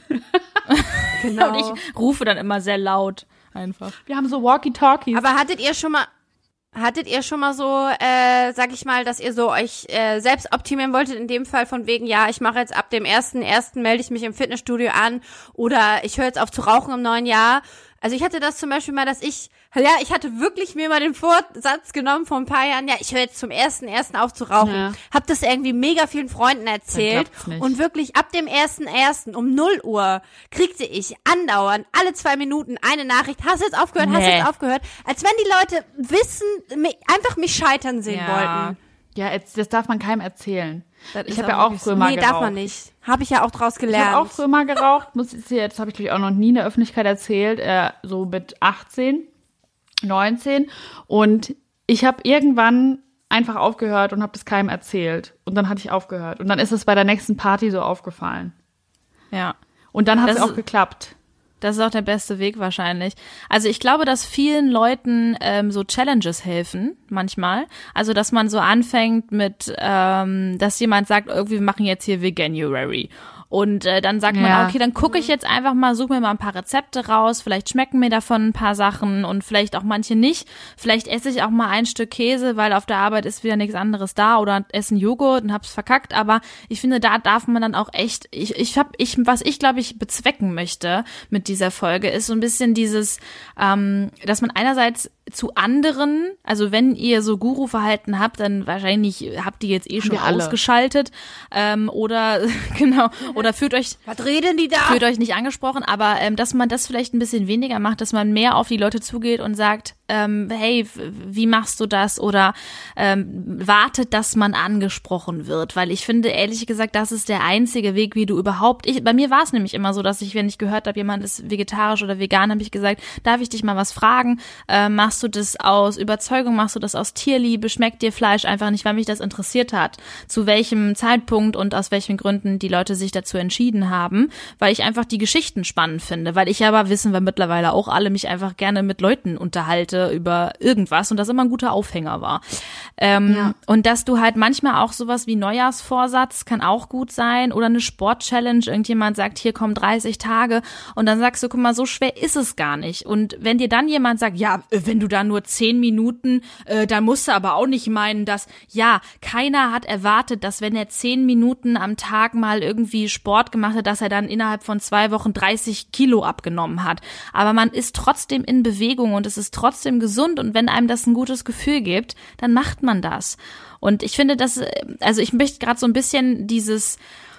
Genau. Und ich rufe dann immer sehr laut einfach. Wir haben so Walkie-Talkies. Aber hattet ihr schon mal, hattet ihr schon mal so, äh, sag ich mal, dass ihr so euch äh, selbst optimieren wolltet, in dem Fall von wegen, ja, ich mache jetzt ab dem ersten ersten melde ich mich im Fitnessstudio an oder ich höre jetzt auf zu rauchen im neuen Jahr. Also ich hatte das zum Beispiel mal, dass ich, ja, ich hatte wirklich mir mal den Vorsatz genommen vor ein paar Jahren, ja, ich höre jetzt zum ersten ersten auf zu rauchen. Ja. Hab das irgendwie mega vielen Freunden Dann erzählt klappt's nicht. und wirklich ab dem ersten ersten um null Uhr kriegte ich andauernd alle zwei Minuten eine Nachricht, hast du jetzt aufgehört, hast du Nee. jetzt aufgehört, als wenn die Leute wissen, mi- einfach mich scheitern sehen Ja. wollten. ja, jetzt, das darf man keinem erzählen. Das Ich ist habe auch ja auch wirklich früher so. mal Nee, geraucht. darf man nicht. Habe ich ja auch draus Ich gelernt. habe auch früher mal geraucht. Muss ich jetzt, habe ich glaube ich auch noch nie in der Öffentlichkeit erzählt, äh, so mit achtzehn, neunzehn. Und ich habe irgendwann einfach aufgehört und habe das keinem erzählt. Und dann hatte ich aufgehört. Und dann ist es bei der nächsten Party so aufgefallen. Ja. Und dann hat es Das auch ist- geklappt. Das ist auch der beste Weg wahrscheinlich. Also ich glaube, dass vielen Leuten ähm, so Challenges helfen manchmal. Also dass man so anfängt mit, ähm, dass jemand sagt, irgendwie wir machen jetzt hier Veganuary. Und äh, dann sagt man, Ja. okay, dann gucke ich jetzt einfach mal, suche mir mal ein paar Rezepte raus, vielleicht schmecken mir davon ein paar Sachen und vielleicht auch manche nicht. Vielleicht esse ich auch mal ein Stück Käse, weil auf der Arbeit ist wieder nichts anderes da oder esse einen Joghurt und hab's verkackt. Aber ich finde, da darf man dann auch echt, ich, ich hab, ich, was ich glaube ich bezwecken möchte mit dieser Folge, ist so ein bisschen dieses, ähm, dass man einerseits zu anderen, also wenn ihr so Guru-Verhalten habt, dann wahrscheinlich habt ihr jetzt eh schon wir alle. ausgeschaltet ähm, oder genau oder fühlt euch Was reden die da? fühlt euch nicht angesprochen, aber ähm, dass man das vielleicht ein bisschen weniger macht, dass man mehr auf die Leute zugeht und sagt, ähm, hey, w- wie machst du das? Oder ähm, wartet, dass man angesprochen wird, weil ich finde, ehrlich gesagt, das ist der einzige Weg, wie du überhaupt, ich, bei mir war es nämlich immer so, dass ich, wenn ich gehört habe, jemand ist vegetarisch oder vegan, habe ich gesagt, darf ich dich mal was fragen? Äh, machst du das aus Überzeugung, machst du das aus Tierliebe, schmeckt dir Fleisch einfach nicht, weil mich das interessiert hat, zu welchem Zeitpunkt und aus welchen Gründen die Leute sich dazu entschieden haben, weil ich einfach die Geschichten spannend finde, weil ich aber, wissen wir mittlerweile auch alle, mich einfach gerne mit Leuten unterhalte über irgendwas und das immer ein guter Aufhänger war. Ähm, Ja. Und dass du halt manchmal auch sowas wie Neujahrsvorsatz kann auch gut sein oder eine Sport-Challenge, irgendjemand sagt, hier kommen dreißig Tage und dann sagst du, guck mal, so schwer ist es gar nicht. Und wenn dir dann jemand sagt, ja, äh, wenn du da nur zehn Minuten, äh, dann musst du aber auch nicht meinen, dass, ja, keiner hat erwartet, dass wenn er zehn Minuten am Tag mal irgendwie Sport gemacht hat, dass er dann innerhalb von zwei Wochen dreißig Kilo abgenommen hat. Aber man ist trotzdem in Bewegung und es ist trotzdem gesund und wenn einem das ein gutes Gefühl gibt, dann macht man das. Und ich finde, dass, also ich möchte gerade so ein bisschen dieses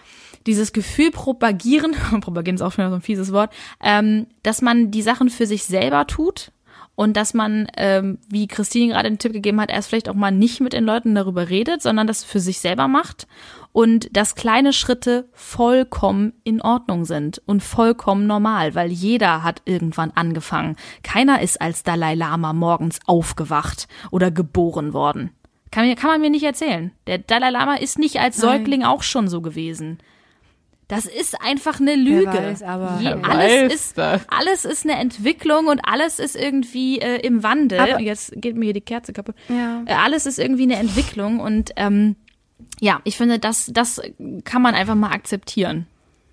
dieses Gefühl propagieren, propagieren ist auch schon so ein fieses Wort, ähm, dass man die Sachen für sich selber tut und dass man, ähm, wie Christine gerade den Tipp gegeben hat, erst vielleicht auch mal nicht mit den Leuten darüber redet, sondern das für sich selber macht und dass kleine Schritte vollkommen in Ordnung sind und vollkommen normal, weil jeder hat irgendwann angefangen. Keiner ist als Dalai Lama morgens aufgewacht oder geboren worden. Kann, mir, kann man mir nicht erzählen. Der Dalai Lama ist nicht als Säugling Nein. auch schon so gewesen. Das ist einfach eine Lüge. Wer weiß, aber Je, wer alles, weiß ist, das. alles ist eine Entwicklung und alles ist irgendwie äh, im Wandel. Aber Jetzt geht mir hier die Kerze kaputt. Ja. Äh, alles ist irgendwie eine Entwicklung und ähm, ja, ich finde, das, das kann man einfach mal akzeptieren.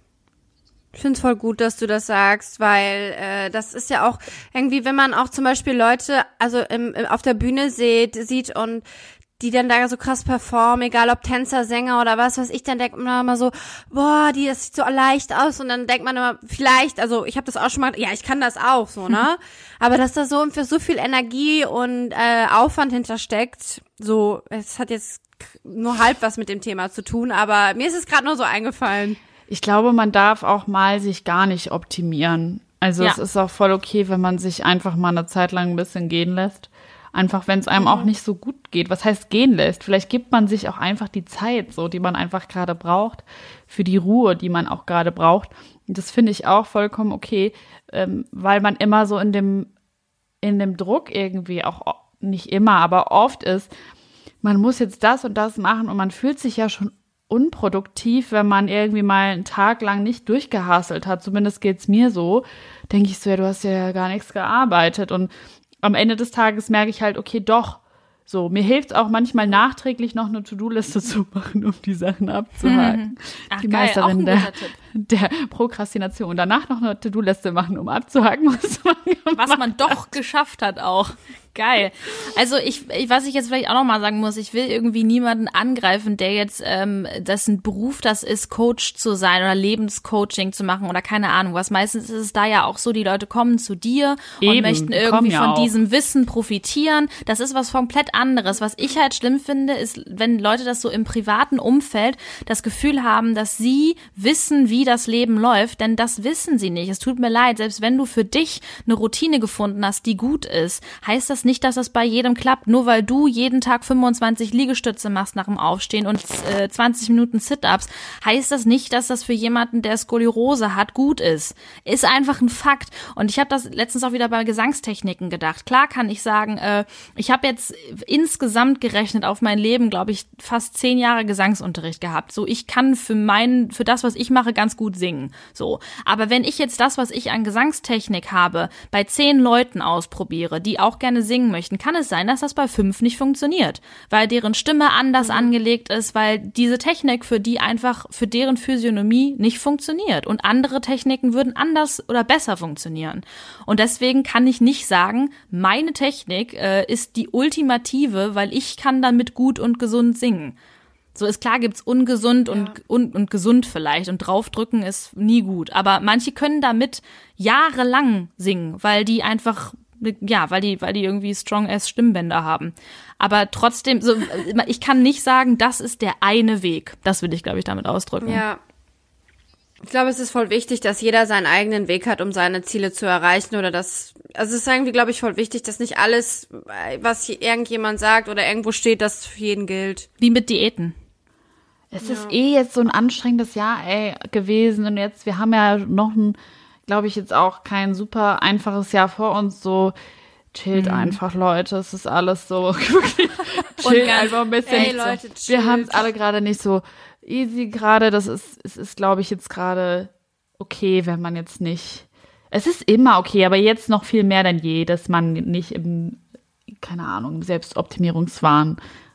Ich finde es voll gut, dass du das sagst, weil äh, das ist ja auch irgendwie, wenn man auch zum Beispiel Leute also im, im, auf der Bühne sieht, sieht und die dann da so krass performen, egal ob Tänzer, Sänger oder was weiß ich, dann denkt man immer so, boah, die, das sieht so leicht aus und dann denkt man immer, vielleicht, also ich habe das auch schon mal, ja, ich kann das auch, so, ne? Aber dass da so für so viel Energie und äh, Aufwand hintersteckt, so, es hat jetzt nur halb was mit dem Thema zu tun, aber mir ist es gerade nur so eingefallen. Ich glaube, man darf auch mal sich gar nicht optimieren. Also Ja. es ist auch voll okay, wenn man sich einfach mal eine Zeit lang ein bisschen gehen lässt. Einfach, wenn es einem auch nicht so gut geht. Was heißt gehen lässt? Vielleicht gibt man sich auch einfach die Zeit, so, die man einfach gerade braucht, für die Ruhe, die man auch gerade braucht. Und das finde ich auch vollkommen okay, ähm, weil man immer so in dem, in dem Druck irgendwie auch, nicht immer, aber oft ist, man muss jetzt das und das machen und man fühlt sich ja schon unproduktiv, wenn man irgendwie mal einen Tag lang nicht durchgehasselt hat. Zumindest geht's mir so. Denke ich so, ja, du hast ja gar nichts gearbeitet und am Ende des Tages merke ich halt, okay, doch, so, mir hilft es auch manchmal nachträglich noch eine To-Do-Liste zu machen, um die Sachen abzuhaken. Ach, die geil, Meisterin auch ein der, guter Tipp. der Prokrastination. Danach noch eine To-Do-Liste machen, um abzuhaken, was man gemacht Was man doch geschafft hat auch. Geil. Also ich, ich, was ich jetzt vielleicht auch noch mal sagen muss, ich will irgendwie niemanden angreifen, der jetzt, ähm, dessen Beruf das ist, Coach zu sein oder Lebenscoaching zu machen oder keine Ahnung was. Meistens ist es da ja auch so, die Leute kommen zu dir und Eben, möchten die kommen irgendwie ja von auch. diesem Wissen profitieren. Das ist was komplett anderes. Was ich halt schlimm finde, ist, wenn Leute das so im privaten Umfeld das Gefühl haben, dass sie wissen, wie das Leben läuft, denn das wissen sie nicht. Es tut mir leid, selbst wenn du für dich eine Routine gefunden hast, die gut ist, heißt das nicht, dass das bei jedem klappt, nur weil du jeden Tag fünfundzwanzig Liegestütze machst nach dem Aufstehen und äh, zwanzig Minuten Sit-Ups, heißt das nicht, dass das für jemanden, der Skoliose hat, gut ist. Ist einfach ein Fakt. Und ich habe das letztens auch wieder bei Gesangstechniken gedacht. Klar kann ich sagen, äh, ich habe jetzt insgesamt gerechnet auf mein Leben, glaube ich, fast zehn Jahre Gesangsunterricht gehabt. So, ich kann für mein, für das, was ich mache, ganz gut singen. So. Aber wenn ich jetzt das, was ich an Gesangstechnik habe, bei zehn Leuten ausprobiere, die auch gerne singen möchten, kann es sein, dass das bei fünf nicht funktioniert, weil deren Stimme anders mhm. angelegt ist, weil diese Technik für die einfach, für deren Physiognomie nicht funktioniert und andere Techniken würden anders oder besser funktionieren. Und deswegen kann ich nicht sagen, meine Technik äh, ist die ultimative, weil ich kann damit gut und gesund singen. So ist klar, gibt's ungesund ja. und, und und gesund vielleicht und draufdrücken ist nie gut, aber manche können damit jahrelang singen, weil die einfach ja, weil die, weil die irgendwie strong-ass Stimmbänder haben. Aber trotzdem, so, ich kann nicht sagen, das ist der eine Weg. Das will ich, glaube ich, damit ausdrücken. Ja. Ich glaube, es ist voll wichtig, dass jeder seinen eigenen Weg hat, um seine Ziele zu erreichen oder das, also es ist irgendwie, glaube ich, voll wichtig, dass nicht alles, was hier irgendjemand sagt oder irgendwo steht, das für jeden gilt. Wie mit Diäten. Es ja. ist eh jetzt so ein anstrengendes Jahr, ey, gewesen und jetzt, wir haben ja noch ein, glaube ich, jetzt auch kein super einfaches Jahr vor uns, so chillt mhm. einfach, Leute, es ist alles so, chillt einfach ein bisschen. Ey, Leute, chillt. Wir haben es alle gerade nicht so easy gerade, das ist, es ist, glaube ich, jetzt gerade okay, wenn man jetzt nicht, es ist immer okay, aber jetzt noch viel mehr denn je, dass man nicht im, keine Ahnung, im Selbstoptimierungswahn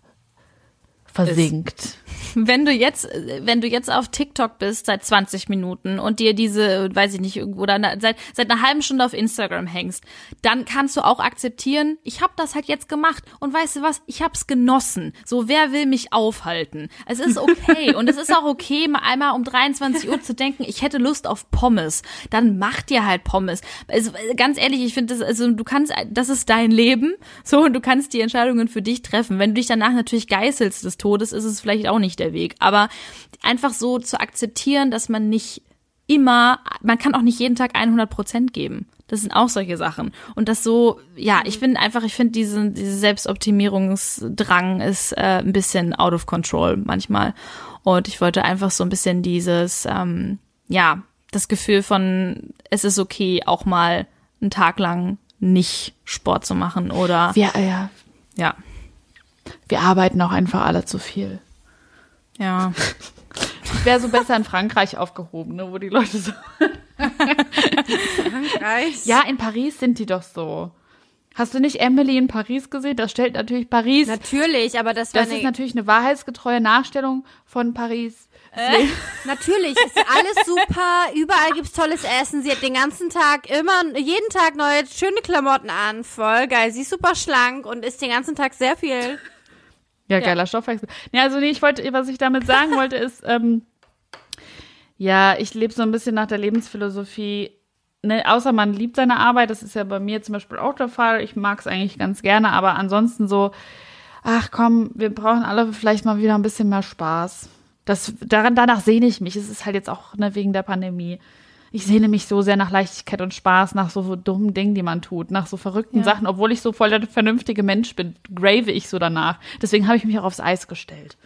versinkt. Ist. Wenn du jetzt, wenn du jetzt auf TikTok bist seit zwanzig Minuten und dir diese, weiß ich nicht, oder seit seit einer halben Stunde auf Instagram hängst, dann kannst du auch akzeptieren, ich habe das halt jetzt gemacht und weißt du was, ich hab's genossen. So, wer will mich aufhalten? Es ist okay und es ist auch okay, mal einmal um dreiundzwanzig Uhr zu denken, ich hätte Lust auf Pommes. Dann mach dir halt Pommes. Also, ganz ehrlich, ich finde, das, also du kannst, das ist dein Leben, so, und du kannst die Entscheidungen für dich treffen. Wenn du dich danach natürlich geißelst des Todes ist es vielleicht auch nicht der Weg. Aber einfach so zu akzeptieren, dass man nicht immer, man kann auch nicht jeden Tag hundert Prozent geben. Das sind auch solche Sachen. Und das so, ja, ich finde einfach, ich finde diese, diese Selbstoptimierungsdrang ist äh, ein bisschen out of control manchmal. Und ich wollte einfach so ein bisschen dieses, ähm, ja, das Gefühl von, es ist okay, auch mal einen Tag lang nicht Sport zu machen oder, Ja, ja. ja, Wir arbeiten auch einfach alle zu viel. ja. Ich wäre so besser in Frankreich aufgehoben, ne, wo die Leute so. Frankreich. Ja, in Paris sind die doch so. Hast du nicht Emily in Paris gesehen? Das stellt natürlich Paris. Natürlich, aber das war Das eine, ist natürlich eine wahrheitsgetreue Nachstellung von Paris. Äh, natürlich, ist alles super, überall gibt's tolles Essen, sie hat den ganzen Tag immer, jeden Tag neue, schöne Klamotten an, voll geil, sie ist super schlank und isst den ganzen Tag sehr viel. Ja, geiler Stoffwechsel. Ja, also nee, ich wollte, was ich damit sagen wollte, ist, ähm, ja, ich lebe so ein bisschen nach der Lebensphilosophie, ne, außer man liebt seine Arbeit, das ist ja bei mir zum Beispiel auch der Fall, ich mag es eigentlich ganz gerne, aber ansonsten so, ach komm, wir brauchen alle vielleicht mal wieder ein bisschen mehr Spaß. Das, daran, danach sehne ich mich, es ist halt jetzt auch ne, wegen der Pandemie. Ich sehne mich so sehr nach Leichtigkeit und Spaß, nach so, so dummen Dingen, die man tut, nach so verrückten Ja. Sachen. Obwohl ich so voll der vernünftige Mensch bin, grave ich so danach. Deswegen habe ich mich auch aufs Eis gestellt.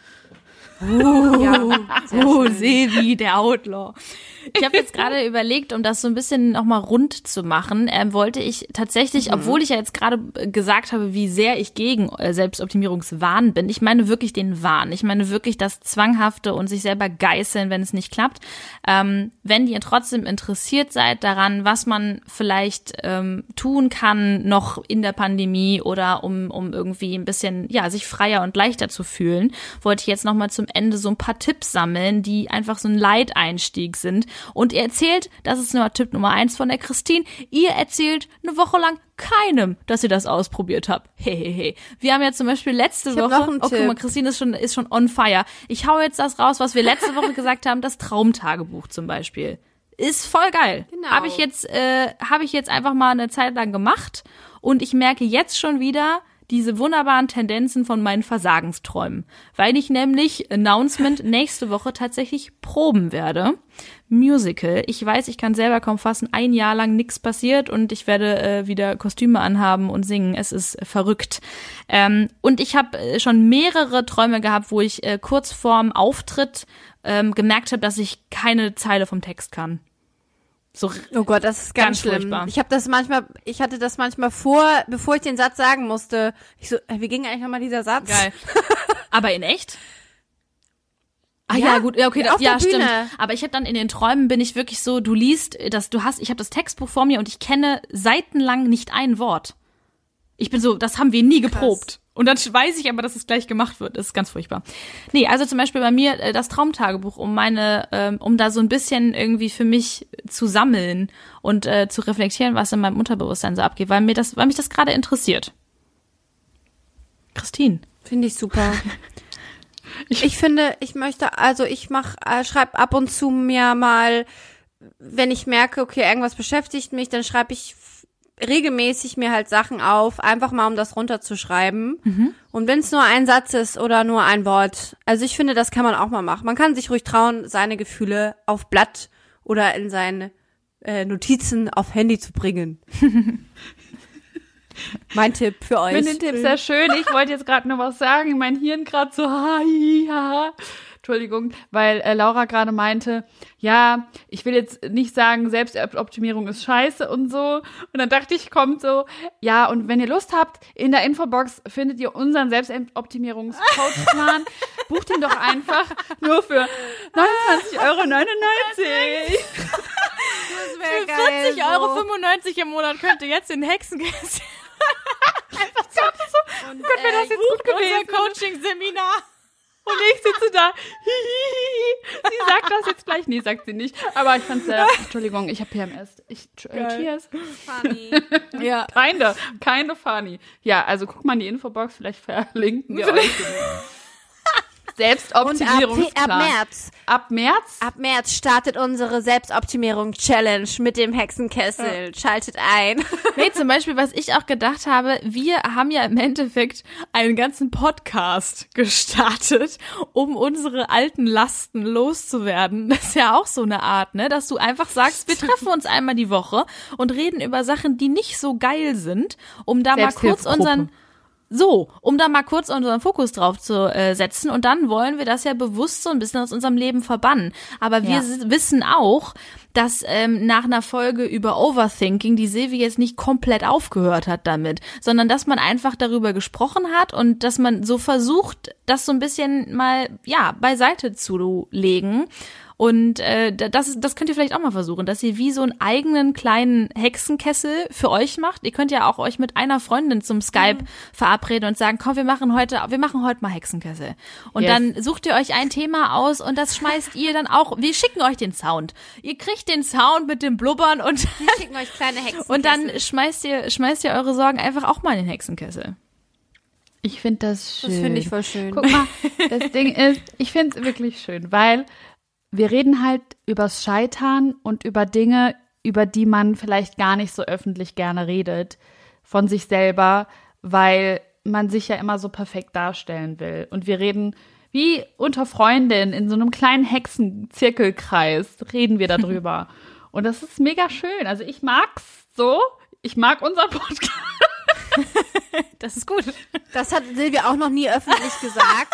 Oh, Sevi, der Outlaw. Ich habe jetzt gerade überlegt, um das so ein bisschen nochmal rund zu machen, ähm, wollte ich tatsächlich, mhm. obwohl ich ja jetzt gerade gesagt habe, wie sehr ich gegen äh, Selbstoptimierungswahn bin, ich meine wirklich den Wahn. Ich meine wirklich das Zwanghafte und sich selber geißeln, wenn es nicht klappt. Ähm, wenn ihr trotzdem interessiert seid daran, was man vielleicht ähm, tun kann, noch in der Pandemie oder um, um irgendwie ein bisschen, ja, sich freier und leichter zu fühlen, wollte ich jetzt nochmal zum Ende so ein paar Tipps sammeln, die einfach so ein Leiteinstieg sind. Und ihr erzählt, das ist nur Tipp Nummer eins von der Christine, ihr erzählt eine Woche lang keinem, dass ihr das ausprobiert habt. Hehehe. Wir haben ja zum Beispiel letzte Ich hab Woche, noch einen oh guck Tipp. mal, Christine ist schon, ist schon on fire. Ich hau jetzt das raus, was wir letzte Woche gesagt haben, das Traumtagebuch zum Beispiel. Ist voll geil. Genau. Habe ich jetzt, äh, habe ich jetzt einfach mal eine Zeit lang gemacht und ich merke jetzt schon wieder diese wunderbaren Tendenzen von meinen Versagensträumen, weil ich nämlich, Announcement, nächste Woche tatsächlich proben werde. Musical. Ich weiß, ich kann selber kaum fassen, ein Jahr lang nichts passiert und ich werde äh, wieder Kostüme anhaben und singen. Es ist verrückt. Ähm, und ich habe äh, schon mehrere Träume gehabt, wo ich äh, kurz vorm Auftritt ähm, gemerkt habe, dass ich keine Zeile vom Text kann. So, Oh Gott, das ist ganz, Ganz schlimm. furchtbar. Ich habe das manchmal, ich hatte das manchmal vor, bevor ich den Satz sagen musste. Ich so, äh, wie ging eigentlich nochmal dieser Satz? geil. Aber in echt? Ah ja, Ja, gut, ja, okay, auf das, ja, der Bühne. stimmt. Aber ich habe dann in den Träumen bin ich wirklich so, du liest, dass du hast, ich habe das Textbuch vor mir und ich kenne seitenlang nicht ein Wort. Ich bin so, das haben wir nie geprobt. Und dann weiß ich aber, dass es gleich gemacht wird. Das ist ganz furchtbar. Nee, also zum Beispiel bei mir äh, das Traumtagebuch, um meine, ähm, um da so ein bisschen irgendwie für mich zu sammeln und äh, zu reflektieren, was in meinem Unterbewusstsein so abgeht, weil mir das, weil mich das gerade interessiert. Christine. Finde ich super. Ich finde, ich möchte, also ich mach, äh, schreib ab und zu mir mal, wenn ich merke, okay, irgendwas beschäftigt mich, dann schreibe ich f- regelmäßig mir halt Sachen auf, einfach mal um das runterzuschreiben. Mhm. Und wenn es nur ein Satz ist oder nur ein Wort, also ich finde, das kann man auch mal machen. Man kann sich ruhig trauen, seine Gefühle auf Blatt oder in seine äh, Notizen auf Handy zu bringen. Mein Tipp für euch. Ich finde den Tipp sehr schön. Ich wollte jetzt gerade nur was sagen. Mein Hirn gerade so, ha, hi, ha. Entschuldigung, weil äh, Laura gerade meinte, ja, ich will jetzt nicht sagen, Selbstoptimierung ist scheiße und so. Und dann dachte ich, kommt so, ja, und wenn ihr Lust habt, in der Infobox findet ihr unseren Selbstoptimierungscoachplan. Bucht ihn doch einfach nur für neunundzwanzig Euro neunundneunzig. Das wär Für geil, vierzig Euro so. fünfundneunzig im Monat könnt ihr jetzt den Hexenkessel. Einfach so, Und, Gott, wäre das äh, jetzt gut gewesen. Unser Coaching-Seminar. Und ich sitze da. Sie sagt das jetzt gleich. Nee, sagt sie nicht. Aber ich fand's sehr. Entschuldigung, ich habe P M S. Ich, äh, cheers. Funny. Ja. Keine, keine funny. Ja, also guck mal in die Infobox, vielleicht verlinken wir euch. Selbstoptimierungsplan. Und ab, ab März. Ab März? Ab März startet unsere Selbstoptimierung-Challenge mit dem Hexenkessel. Ja. Schaltet ein. Nee, zum Beispiel, was ich auch gedacht habe, wir haben ja im Endeffekt einen ganzen Podcast gestartet, um unsere alten Lasten loszuwerden. Das ist ja auch so eine Art, ne, dass du einfach sagst, wir treffen uns einmal die Woche und reden über Sachen, die nicht so geil sind, um da mal kurz unseren So, um da mal kurz unseren Fokus drauf zu äh, setzen, und dann wollen wir das ja bewusst so ein bisschen aus unserem Leben verbannen. Aber wir ja. s- wissen auch, dass ähm, nach einer Folge über Overthinking die Silvi jetzt nicht komplett aufgehört hat damit, sondern dass man einfach darüber gesprochen hat und dass man so versucht, das so ein bisschen mal ja beiseite zu legen. Und äh, das, das könnt ihr vielleicht auch mal versuchen, dass ihr wie so einen eigenen kleinen Hexenkessel für euch macht. Ihr könnt ja auch euch mit einer Freundin zum Skype mhm. verabreden und sagen, komm, wir machen heute, wir machen heute mal Hexenkessel. Und yes. dann sucht ihr euch ein Thema aus und das schmeißt ihr dann auch. Wir schicken euch den Sound. Ihr kriegt den Sound mit dem Blubbern und wir schicken euch kleine Hexenkessel. Und dann schmeißt ihr, schmeißt ihr eure Sorgen einfach auch mal in den Hexenkessel. Ich finde das schön. Das finde ich voll schön. Guck mal, das Ding ist, ich finde es wirklich schön, weil wir reden halt übers Scheitern und über Dinge, über die man vielleicht gar nicht so öffentlich gerne redet, von sich selber, weil man sich ja immer so perfekt darstellen will. Und wir reden wie unter Freundinnen in so einem kleinen Hexenzirkelkreis, reden wir darüber. Und das ist mega schön. Also ich mag's so. Ich mag unseren Podcast. Das ist gut. Das hat Silvia auch noch nie öffentlich gesagt.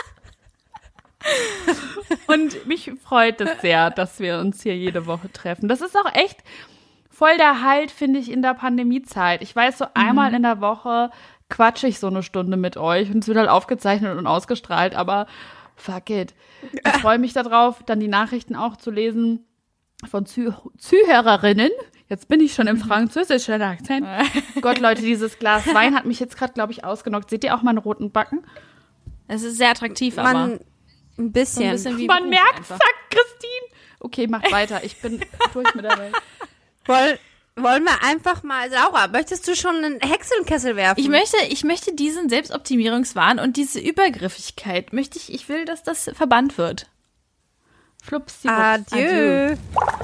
Und mich freut es sehr, dass wir uns hier jede Woche treffen. Das ist auch echt voll der Halt, finde ich, in der Pandemiezeit. Ich weiß, so einmal mhm. in der Woche quatsche ich so eine Stunde mit euch und es wird halt aufgezeichnet und ausgestrahlt, aber fuck it. Ich freue mich darauf, dann die Nachrichten auch zu lesen von Zuh- Zuhörerinnen. Jetzt bin ich schon im französischen Akzent. Gott, Leute, dieses Glas Wein hat mich jetzt gerade, glaube ich, ausgenockt. Seht ihr auch meine roten Backen? Es ist sehr attraktiv, Man, aber ein bisschen. So ein bisschen wie Man Beruf merkt, einfach. sagt Christine. Okay, macht weiter. Ich bin durch mit der Welt. Woll, wollen wir einfach mal, Laura, möchtest du schon einen Hexenkessel werfen? Ich möchte, ich möchte diesen Selbstoptimierungswahn und diese Übergriffigkeit, möchte ich, ich will, dass das verbannt wird. Flupsi. Adieu.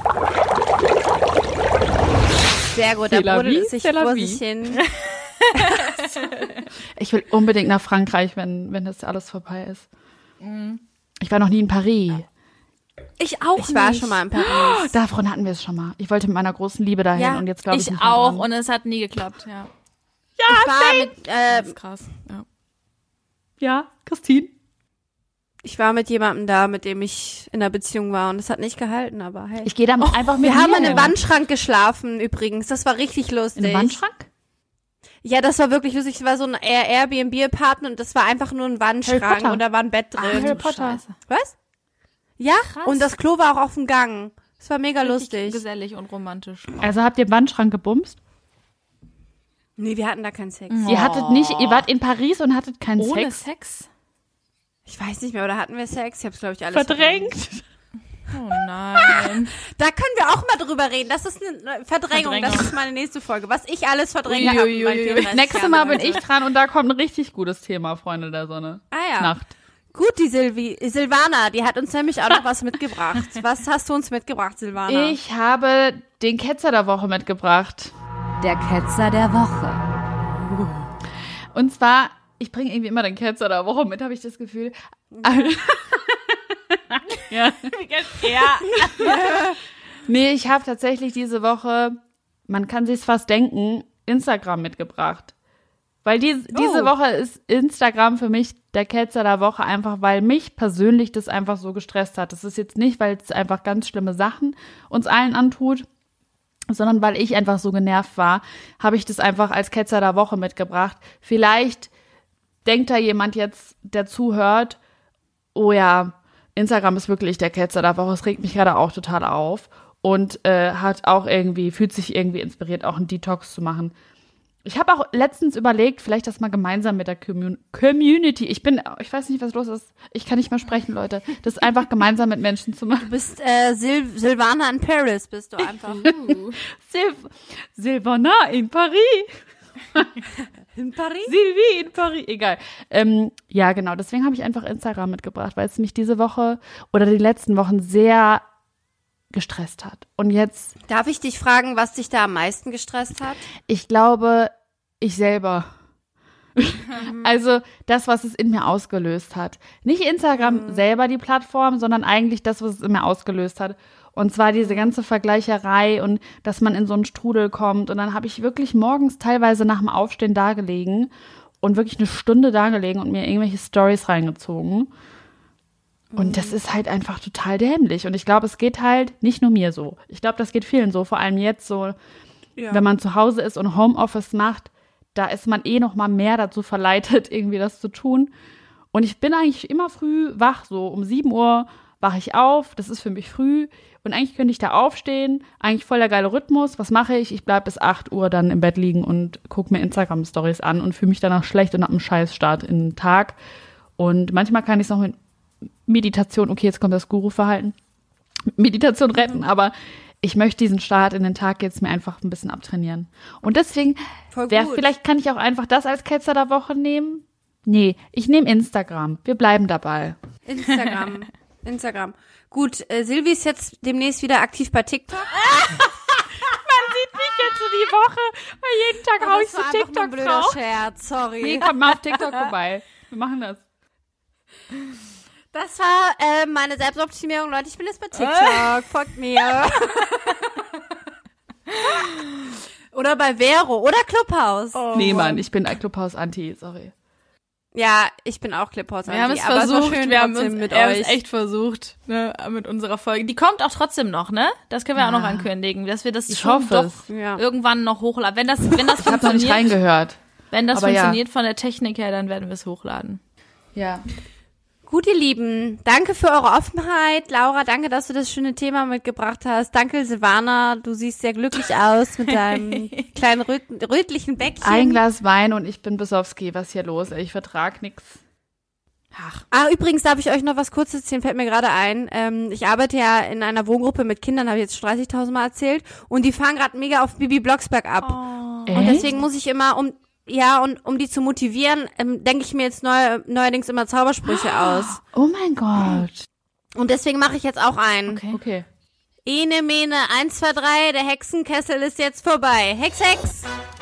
Sehr gut, da C'est la brodelt vie, es sich c'est la vor vie. sich hin. Ich will unbedingt nach Frankreich, wenn, wenn das alles vorbei ist. Ich war noch nie in Paris. Ich auch Ich war nicht. schon mal in Paris. Davon hatten wir es schon mal. Ich wollte mit meiner großen Liebe dahin Ja, und jetzt glaube ich Ich nicht mehr auch dran. und es hat nie geklappt, ja. Ja, Ich war same. mit, äh, Das ist krass, ja. Ja, Christine. ich war mit jemandem da, mit dem ich in einer Beziehung war und es hat nicht gehalten, aber hey. Ich gehe da einfach mit Wir haben mir in einem hin. Wandschrank geschlafen übrigens, das war richtig lustig. In einem Wandschrank? Ja, das war wirklich lustig. Es war so ein Air- Airbnb-Apartment und das war einfach nur ein Wandschrank Harry Potter. und da war ein Bett Ach, drin. Harry Potter. Scheiße. Was? Ja, Krass. und das Klo war auch auf dem Gang. Das war mega Richtig lustig. gesellig und romantisch. Also habt ihr im Wandschrank gebumst? Nee, wir hatten da keinen Sex. Mhm. Ihr hattet nicht, ihr wart in Paris und hattet keinen Ohne Sex? Sex? Ich weiß nicht mehr, oder hatten wir Sex? Ich hab's, glaube ich, alles Verdrängt. Oh nein. Da können wir auch mal drüber reden. Das ist eine Verdrängung. Verdrängung. Das ist meine nächste Folge. Was ich alles verdrängt habe. in meinen Uiuiui. vierunddreißig Nächstes Jahren Mal bin oder ich so. dran und da kommt ein richtig gutes Thema, Freunde der Sonne. Ah ja. Nacht. Gut, die Silvi, Silvana, die hat uns nämlich auch noch was mitgebracht. Was hast du uns mitgebracht, Silvana? Ich habe den Ketzer der Woche mitgebracht. Der Ketzer der Woche. Und zwar, ich bringe irgendwie immer den Ketzer der Woche mit, habe ich das Gefühl. Ja. Ja. Nee, ich habe tatsächlich diese Woche, man kann sich's fast denken, Instagram mitgebracht. Weil die, diese Oh. Woche ist Instagram für mich der Ketzer der Woche, einfach weil mich persönlich das einfach so gestresst hat. Das ist jetzt nicht, weil es einfach ganz schlimme Sachen uns allen antut, sondern weil ich einfach so genervt war, habe ich das einfach als Ketzer der Woche mitgebracht. Vielleicht denkt da jemand jetzt, der zuhört, oh ja, Instagram ist wirklich der Ketzer der Woche, es regt mich gerade auch total auf und äh, hat auch irgendwie, fühlt sich irgendwie inspiriert, auch einen Detox zu machen. Ich habe auch letztens überlegt, vielleicht das mal gemeinsam mit der Commun- Community, ich bin, ich weiß nicht, was los ist, ich kann nicht mehr sprechen, Leute, das einfach gemeinsam mit Menschen zu machen. Du bist äh, Sil Silvana in Paris, bist du einfach. Uh. Sil- Silvana in Paris. In Paris? Sylvie in Paris, egal. Ähm, ja, genau, deswegen habe ich einfach Instagram mitgebracht, weil es mich diese Woche oder die letzten Wochen sehr gestresst hat. Und jetzt... Darf ich dich fragen, was dich da am meisten gestresst hat? Ich glaube, ich selber. Also das, was es in mir ausgelöst hat. Nicht Instagram mhm. selber die Plattform, sondern eigentlich das, was es in mir ausgelöst hat. Und zwar diese ganze Vergleicherei und dass man in so einen Strudel kommt. Und dann habe ich wirklich morgens teilweise nach dem Aufstehen dagelegen und wirklich eine Stunde dagelegen und mir irgendwelche Storys reingezogen. Und das ist halt einfach total dämlich. Und ich glaube, es geht halt nicht nur mir so. Ich glaube, das geht vielen so. Vor allem jetzt so, ja. wenn man zu Hause ist und Homeoffice macht, da ist man eh noch mal mehr dazu verleitet, irgendwie das zu tun. Und ich bin eigentlich immer früh wach. So um sieben Uhr wache ich auf. Das ist für mich früh. Und eigentlich könnte ich da aufstehen. Eigentlich voll der geile Rhythmus. Was mache ich? Ich bleibe bis acht Uhr dann im Bett liegen und gucke mir Instagram-Stories an und fühle mich danach schlecht und habe einen Scheißstart in den Tag. Und manchmal kann ich es noch mit Meditation, okay, jetzt kommt das Guru-Verhalten, Meditation retten, aber ich möchte diesen Start in den Tag jetzt mir einfach ein bisschen abtrainieren. Und deswegen, wär, vielleicht kann ich auch einfach das als Ketzer der Woche nehmen. Nee, ich nehme Instagram. Wir bleiben dabei. Instagram. Instagram. Gut, äh, Silvi ist jetzt demnächst wieder aktiv bei TikTok. Man sieht mich jetzt so die Woche, weil jeden Tag hau ich so TikTok ein blöder drauf. Scherz, sorry. Nee, kommt mal auf TikTok vorbei. Wir machen das. Das war äh, meine Selbstoptimierung, Leute. Ich bin jetzt bei TikTok. Folgt mir. Oder bei Vero. Oder Clubhouse. Oh, nee, Mann, ich bin Clubhouse-Anti, sorry. Ja, ich bin auch Clubhouse-Anti. Wir haben es aber versucht, es war schön wir haben uns, mit wir haben euch. es echt versucht, ne, mit unserer Folge. Die kommt auch trotzdem noch, ne? Das können wir ja. auch noch ankündigen, dass wir das ich schon hoffe doch es. Ja. irgendwann noch hochladen. Wenn das, wenn das ich habe noch nicht funktioniert, reingehört. wenn das aber funktioniert ja. von der Technik her, dann werden wir es hochladen. Ja. Gut, ihr Lieben, danke für eure Offenheit. Laura, danke, dass du das schöne Thema mitgebracht hast. Danke, Silvana, du siehst sehr glücklich aus mit deinem kleinen röt rötlichen Bäckchen. Ein Glas Wein und ich bin bis aufs G. Was ist hier los? Ich vertrag nix. Ach. Ah, übrigens darf ich euch noch was kurz erzählen, fällt mir gerade ein. Ähm, ich arbeite ja in einer Wohngruppe mit Kindern, habe ich jetzt schon dreißigtausend Mal erzählt. Und die fahren gerade mega auf Bibi Blocksberg ab. Oh. Und deswegen muss ich immer um... Ja, und um die zu motivieren, ähm, denke ich mir jetzt neu, neuerdings immer Zaubersprüche oh. aus. Oh mein Gott. Und deswegen mache ich jetzt auch einen. Okay. Okay. Ene, mene, eins, zwei, drei, der Hexenkessel ist jetzt vorbei. Hex, Hex!